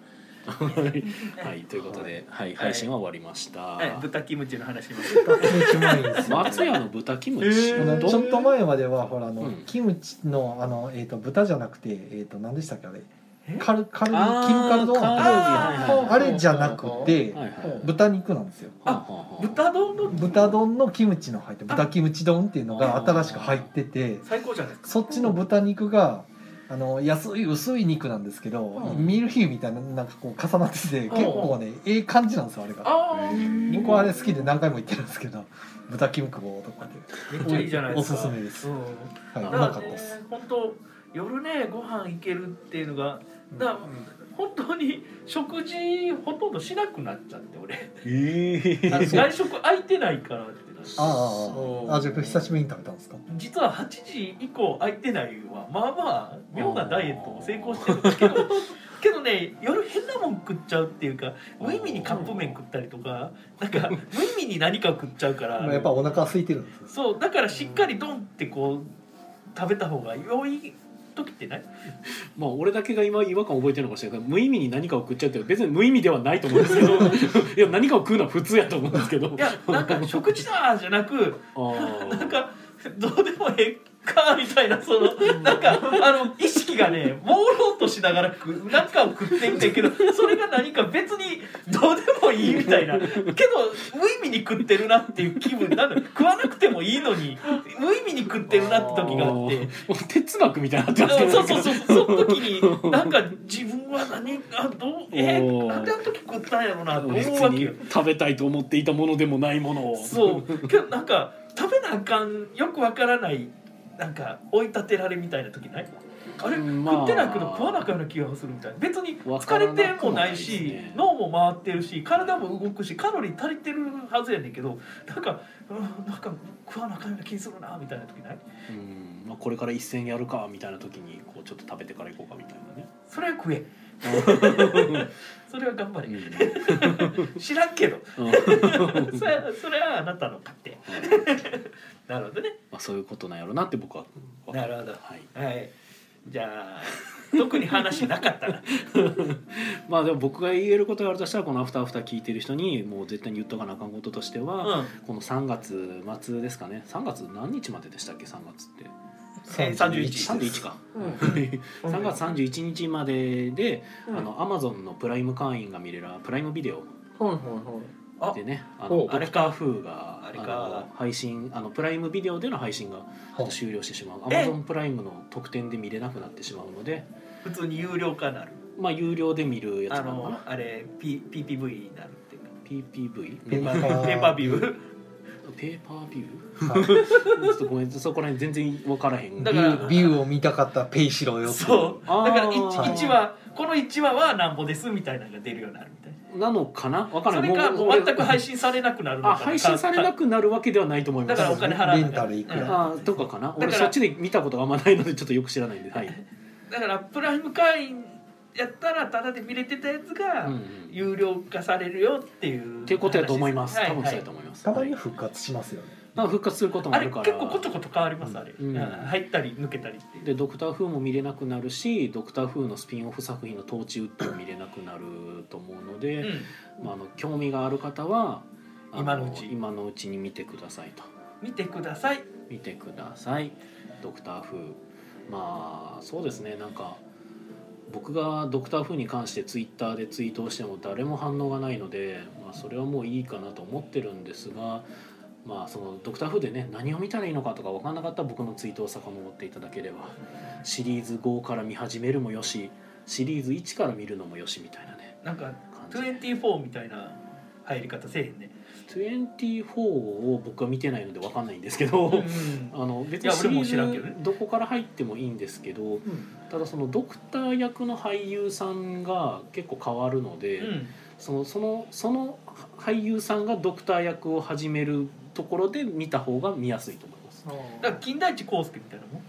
はい、ということで、はい、配信は終わりました。 はい豚キムチの話します豚キムチうまいんですよ松屋の豚キムチ。 えーあのちょっと前まではほらあの、 うんキムチのあの、えー、と豚じゃなくて、えー、と何でしたっけあれえカルカルビあーキムカルドーンカルビあーはいはいあれじゃなくてはいはい。 豚肉なんですよはあはあはあ豚丼の豚丼のキムチの入って豚キムチ丼っていうのが新しく入ってて最高じゃないですかそっちの豚肉があの安い薄い肉なんですけど、 うんミルフィーユみたいななんかこう重なってて結構ねええ感じなんですよあれがああ僕はあれ好きで何回も行ってるんですけど豚キムクボとかでめっちゃいいじゃないですかおすすめですうんはい、うまだからねかったです本当夜ねご飯行けるっていうのがだから本当に食事ほとんどしなくなっちゃって俺えあのー外食空いてないからってなってああそうあああじゃあ久しぶりに食べたんですか実ははちじ以降空いてないはまあまあ妙なダイエットも成功してるんですけどけどね夜変なもん食っちゃうっていうか無意味にカップ麺食ったりとかなんか無意味に何か食っちゃうからまあやっぱお腹空いてるんですよそうだからしっかりドンってこう食べた方が良い時ってない？ まあ俺だけが今違和感覚えてるのかもしれないけど無意味に何かを食っちゃうって別に無意味ではないと思うんですけどいや何かを食うのは普通やと思うんですけどいやなんか食事だじゃなくあなんかどうでもええかみたいなそのなんかあの意識がね朦朧としながら何かを食ってみてるけどそれが何か別にどうでもいいみたいなけど無意味に食ってるなっていう気分なんだ食わなくてもいいのに無意味に食ってるなって時があって哲学みたいになってますけどそうそうそうその時になんか自分は何がどうえー、なんであの時食ったんやろうなと思うわけよ。 食べたいと思っていたものでもないものをそうけどなんか食べなあかんよくわからないなんか追い立てられみたいな時ない？あれ、まあ、食ってないけど食わなあかんような気がするみたいな別に疲れてもないしない、ね、脳も回ってるし体も動くしカロリー足りてるはずやねんけどなんか、うん、なんか食わなあかんような気するなみたいな時ない？ うん、まあ、これから一戦やるかみたいな時にこうちょっと食べてから行こうかみたいなねそれは食えそれは頑張れ、うん、知らんけどそれ, それはあなたの勝手なるほどね、 まあ、そういうことなんやろうなって僕はなるほど、 はいはい、じゃあ特に話なかったなまあでも僕が言えることがあるとしたらこのアフターアフター聞いてる人にもう絶対に言っとかなあかんこととしては、うん、このさんがつ末ですかねさんがつ何日まででしたっけさんがつってさんじゅういちさんじゅういちか、うん、さんがつさんじゅういちにちまでで、うん、あの Amazon のプライム会員が見れるプライムビデオ、はいはいはい、でねあのドクター風があの配信あのプライムビデオでの配信が終了してしまう Amazon プライムの特典で見れなくなってしまうので普通に有料化なるまあ有料で見るやつなのかなあ, あれ P PPV になるっていうかピーピーブイペーパーペーパービューペーパービューちょっとごめんそこら辺全然分からへんだからビューを見たかったらペイしろよってそうだから 1, いちわこのいちわはなんぼですみたいなのが出るようになるみたいなのかな分からないそれかもう全く配信されなくなるのかなあ配信されなくなるわけではないと思いますだからお金払うレンタルいくら、 うん、とかかな俺そっちで見たことがあんまないのでちょっとよく知らないんで、はい、 だからプライム会員やったらタダで見れてたやつが有料化されるよっていう、 うんうん、っていうことやと思います、はい、多分そうやと思います、 たまに復活しますよね、 まあ、復活することもあるからあれ結構コトコト変わりますあれ、うん、入ったり抜けたりっていうでドクター風も見れなくなるしドクター風のスピンオフ作品のトーチウッドも見れなくなると思うので、うんまあ、あの興味がある方は今のうち今のうちに見てくださいと見てください見てくださいドクター風まあそうですねなんか僕がドクター風に関してツイッターでツイートをしても誰も反応がないので、まあ、それはもういいかなと思ってるんですがまあそのドクター風でね何を見たらいいのかとか分かんなかったら僕のツイートを遡っていただければシリーズごから見始めるもよしシリーズいちから見るのもよしみたいなねなんかにじゅうよんみたいな入り方せえへんねにじゅうよんを僕は見てないので分かんないんですけど、うんうん、あの別にシリーズどこから入ってもいいんですけど、うん、ただそのドクター役の俳優さんが結構変わるので、うん、そのそのその俳優さんがドクター役を始めるところで見た方が見やすいと思います。 だから金田一耕助みたいなもん。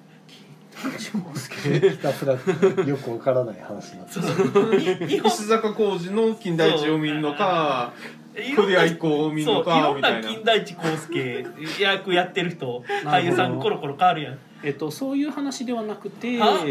ひたすらよくわからない話になって石坂浩二の金田一を見るのか古谷一行を見るのかみたいな。 いろんな金田一耕助役やってる人俳優さんコロコロ変わるやん。 えっと、そういう話ではなくては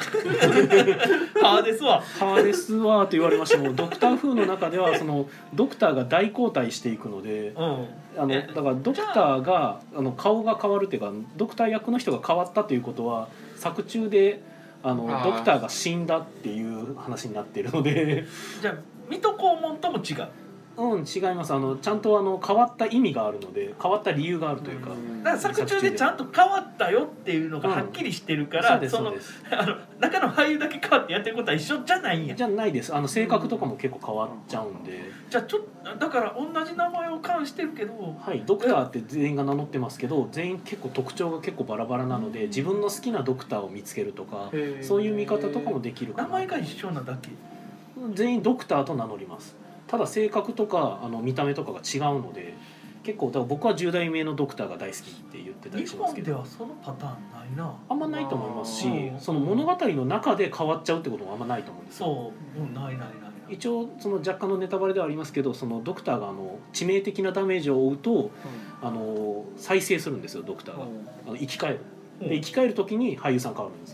あですわはあですわと言われましてもドクター風の中ではそのドクターが大交代していくので、うん、あのだからドクターがあの顔が変わるっていうかドクター役の人が変わったということは作中であのドクターが死んだっていう話になっているのでじゃあ水戸黄門とも違う。 うん、違います。あのちゃんとあの変わった意味があるので変わった理由があるというか、うん、 だから作中でちゃんと変わったよっていうのがはっきりしてるから、うん、そのあの中の俳優だけ変わってやってることは一緒じゃないんや。 じゃないです。あの性格とかも結構変わっちゃうんで、うん、 じゃあちょっとだから同じ名前を冠してるけど、 はい、ドクターって全員が名乗ってますけど全員結構特徴が結構バラバラなので、うん、自分の好きなドクターを見つけるとかそういう見方とかもできるかな。 名前が一緒なだけ。 全員ドクターと名乗ります。ただ性格とかあの見た目とかが違うので結構だから僕はじゅう代目のドクターが大好きって言ってたりしますけど日本ではそのパターンないなあんまないと思いますしその物語の中で変わっちゃうってこともあんまないと思うんですよ。 そう、うん、ないないない一応その若干のネタバレではありますけどそのドクターがあの致命的なダメージを負うと、うん、あの再生するんですよドクターが、うん、あの生き返るで生き返る時に俳優さん変わるんですよ。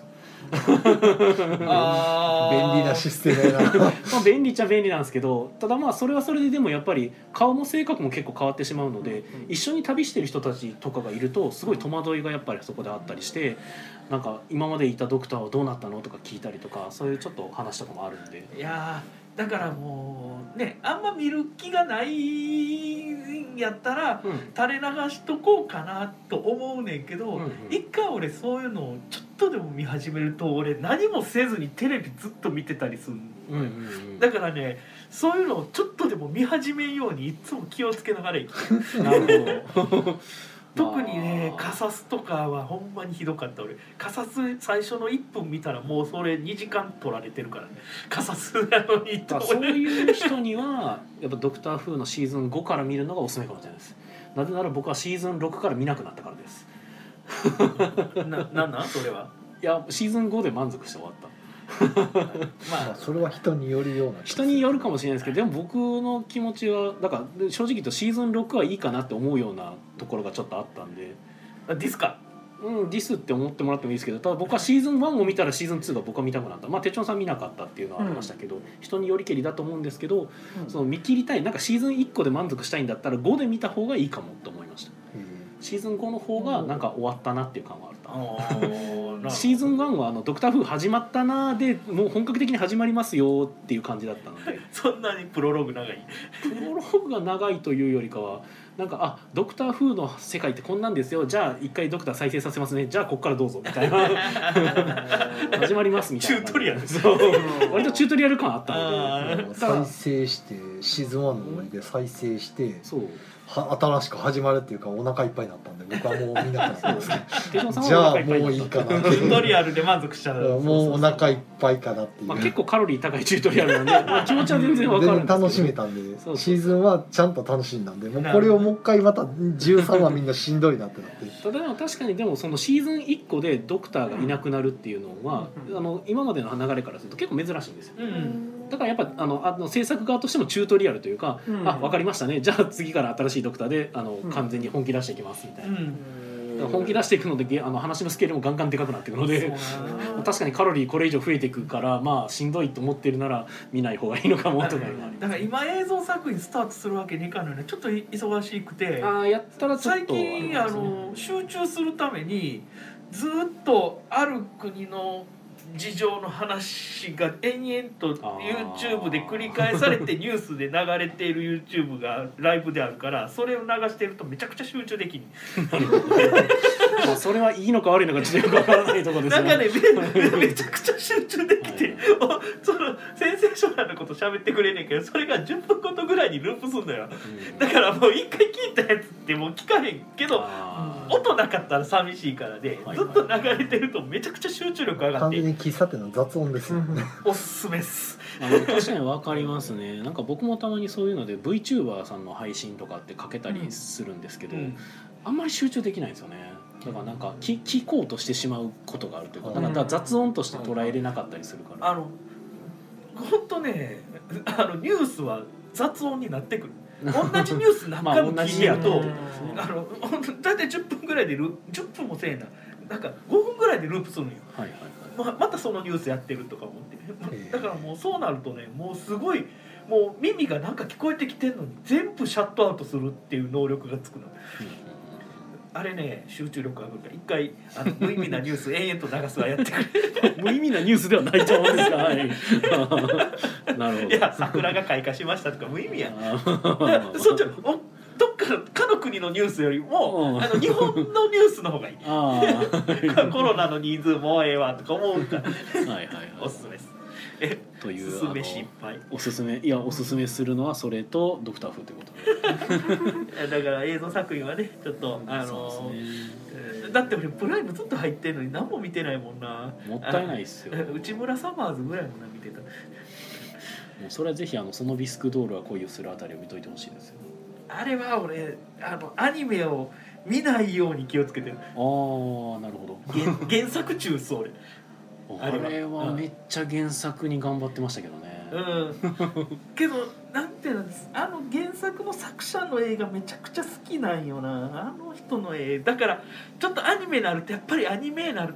あー便利なシステムやなまあ便利っちゃ便利なんですけど、ただまあそれはそれででもやっぱり顔も性格も結構変わってしまうので、一緒に旅してる人たちとかがいるとすごい戸惑いがやっぱりそこであったりして、なんか今までいたドクターはどうなったのとか聞いたりとか、そういうちょっと話とかもあるんで。 いやーだからもうねあんま見る気がないんやったらうん垂れ流しとこうかなと思うねんけど、 うんうん一回俺そういうのをちょっとでも見始めると俺何もせずにテレビずっと見てたりする、 うんうんうんだからねそういうのをちょっとでも見始めんようにいつも気をつけながら生きてるなるほど特にねまあカサスとかはほんまにひどかった俺カサス最初のいっぷん見たらもうそれにじかん取られてるからねカサスなのにだからそういう人にはやっぱドクター風のシーズンごから見るのがおすすめかもしれないです。なぜなら僕はシーズンろくから見なくなったからです。 ななんなんそれは。 いやシーズンごで満足して終わった。 まあそれは人によるような人によるかもしれないですけど、でも僕の気持ちはだから正直言うとシーズンろくはいいかなって思うようなところがちょっとあったんで、 あディスか。 うん、ディスって思ってもらってもいいですけど、ただ僕はシーズンワンを見たらシーズンツーが僕は見たくなった。まあ手帳さん見なかったっていうのはありましたけど、人によりけりだと思うんですけど、その見切りたいなんかシーズンいっこで満足したいんだったらごで見た方がいいかもと思いました。シーズンごの方がなんか終わったなっていう感はあった。シーズンワンはあのドクター風始まったなでもう本格的に始まりますよっていう感じだったのでそんなにプロローグ長い。 プロローグが長いというよりかはなんかあドクター風の世界ってこんなんですよ、じゃあ一回ドクター再生させますね、じゃあこっからどうぞみたいな始まりますみたいなチュートリアルそう割とチュートリアル感あったので、 再生してシーズンワンの上で再生してそうは新しく始まるっていうかお腹いっぱいになったんで僕はもう見なくなったんですけ手錠さんどじゃあはお腹いっぱいもういいかなってチュートリアルで満足しちゃう。 もうお腹いっぱいかなっていう、 まあ、結構カロリー高いチュートリアルなんで、まあ、気持ちは全然わかるんですけど楽しめたんでそうそうシーズンはちゃんと楽しんだんでもうこれをもう一回またじゅうさんわみんなしんどいなってなってただ確かにでもそのシーズンいっこでドクターがいなくなるっていうのは、 うんあの今までの流れからすると結構珍しいんですよ。 うんだからやっぱあのあの制作側としてもチュートリアルというか、 うんあ分かりましたね、じゃあ次から新しいドクターであのうん完全に本気出していきますみたいな、 うんだから本気出していくのでゲあの話のスケールもガンガンでかくなっていくので確かにカロリーこれ以上増えていくからまあしんどいと思ってるなら見ない方がいいのかもとかいうのがありだから今映像作品スタートするわけにいかんのねちょっと忙しくてあーやったらちょっ最と近あの集中するためにずっとある国の事情の話が延々と YouTube で繰り返されてニュースで流れている YouTube がライブであるからそれを流してるとめちゃくちゃ集中できる。 まあそれはいいのか悪いのかちょっとよくわからないところですなんがかねめめちゃくちゃ集中できて、おそのセンセーショナルなこと喋ってくれねえけどそれがじゅっぷんごとぐらいにループすんのよ。 うんだからもう一回聞いたやつってもう聞かへんけどあー音なかったら寂しいからで、 はいずっと流れてるとめちゃくちゃ集中力上がって完全に喫茶店の雑音ですよねおすすめっす。 あの確かに分かりますね。なんか僕もたまにそういうので VTuber さんの配信とかってかけたりするんですけど、 うんあんまり集中できないんですよね。だからなんか聞聞こうとしてしまうことがあるというか、なんかだから雑音として捉えれなかったりするから。 あの本当ねあのニュースは雑音になってくる。同じニュース何回も聞いてると、 まあ同じやあの本当大体じゅっぷんぐらいでルじゅっぷんもせえななんかごふんぐらいでループするのよ。 はいはいはい。 ままたそのニュースやってるとか思ってええだからもうそうなるとねもうすごいもう耳がなんか聞こえてきてんのに全部シャットアウトするっていう能力がつくの。あれね集中力が上がるから一回あの無意味なニュース延々と流すわやってくれ。 無意味なニュースではないと思うんですが、はい。なるほど。 いや桜が開花しましたとか無意味やん。 あだからそっちおどっかのかの国のニュースよりも、 うんあの日本のニュースの方がいい。 あーコロナの人数もうええわとか思うからはいはいはい。 おすすめです。えというすすめ失敗。 おすすめいやおすすめするのはそれとドクター風ということで。 だから映像作品はねちょっとあのそうですね。 えーだって俺プライムずっと入ってんのに何も見てないもんな。 もったいないっすよ。も内村サマーズぐらいもな見てた。 うそれはぜひあのそのビスクドールは恋をするあたりを見といてほしいですよ。 あれは俺あのアニメを見ないように気をつけてる。 ああなるほど。 原原作中っす俺。 あれはめっちゃ原作に頑張ってましたけどね。 うん。けどなんていうんですあの原作の作者の映画めちゃくちゃ好きなんよなあの人の絵だからちょっとアニメになるとやっぱりアニメになると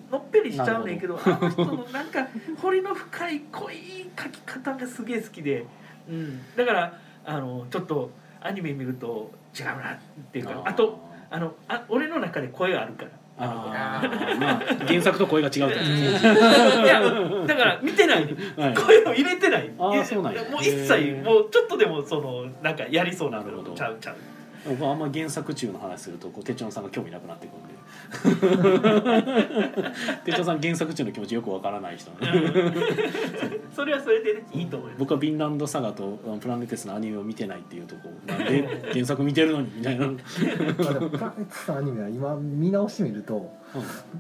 のっぺりしちゃうねんけど、あの人のなんか彫りの深い濃い描き方がすげえ好きで、うん、だからあのちょっとアニメ見ると違うなっていうか、あとあのあ俺の中で声があるから。 あーまあ原作と声が違うってことですね。 いやだから見てない、はい、声を入れてない。 あそうなんや。 もう一切もうちょっとでもそのなんかやりそうなのちゃうちゃう。 僕はあんま原作中の話するとこう手帳さんが興味なくなってくるんで手帳さん原作中の気持ちよくわからない人なんで、うん、 それはそれで、ね、いいと思います。 僕はヴィンランドサガとプラネテスのアニメを見てないっていうとこなんで原作見てるのにみたいな。 プラネテスのアニメは今見直してみると、うん、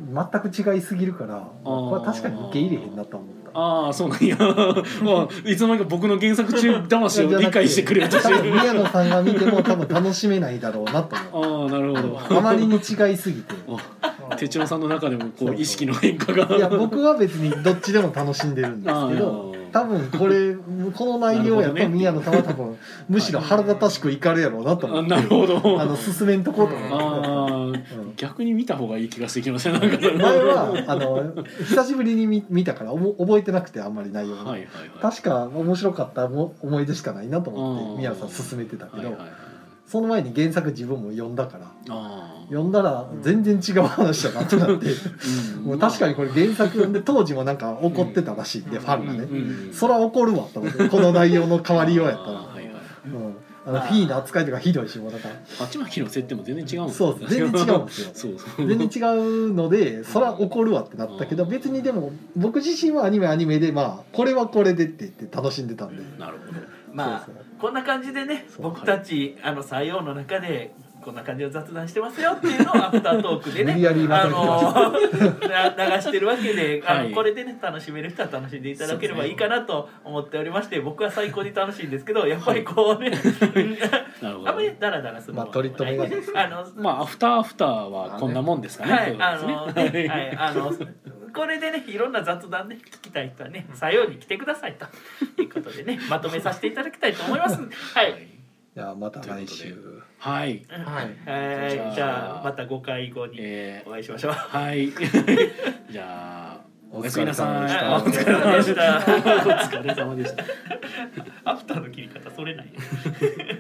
全く違いすぎるからこれは確かに受け入れへんなと思った。 ああそうなんや。まあいつの間にか僕の原作中魂を理解してくれるとしてる。 宮野さんが見ても多分楽しめないだろうなと思う。 ああなるほど。 あまりに違いすぎて。 手帳さんの中でもこう意識の変化が。 いや僕は別にどっちでも楽しんでるんですけど、多分これこの内容やと宮野さんは多分むしろ腹立たしく怒るやろうなと思って。 なるほど。 あの進めんとこうと思って。 ああ、うん、逆に見た方がいい気がしてきました。なんか前はあの久しぶりに 見, 見たから覚えてなくてあんまり内容が、はいはいはい、確か面白かった思い出しかないなと思って宮野さん進めてたけど、はいはいはい、その前に原作自分も読んだから読んだら全然違う話だなってなって、うん、もう確かにこれ原作で当時もなんか怒ってたらしいんで、うん、ファンがね、うん、そら怒るわと思ってこの内容の変わりようやったら、はいはい、うんあのフィーの扱いとかひどいしもうだから鉢巻きの設定も全然違うんですよ。そう全然違うんですよ。そうそう全然違うのでそれは怒るわってなったけど、別にでも僕自身はアニメアニメでまあこれはこれでって言って楽しんでたんで。 なるほど。 まあそうそうこんな感じでね僕たちあの採用の中でこんな感じの雑談してますよっていうのをアフタートークでねあの流してるわけで、あの、はい、これでね楽しめる人は楽しんでいただければいいかなと思っておりまして、僕は最高に楽しいんですけどやっぱりこうね、はい、あんまりダラダラするのも取り留めがあのまあアフターアフターはこんなもんですかね。 はいあのねはいあのこれでねいろんな雑談ね聞きたい人はね採用に来てくださいということでねまとめさせていただきたいと思います。はい。 いやまた来週はい、 はい、じゃあ、じゃあまたごかいごにお会いしましょう。えー、はいじゃあおやすみなさい。 お疲れ様でした。お疲れ様でした。アフターの切り方それない。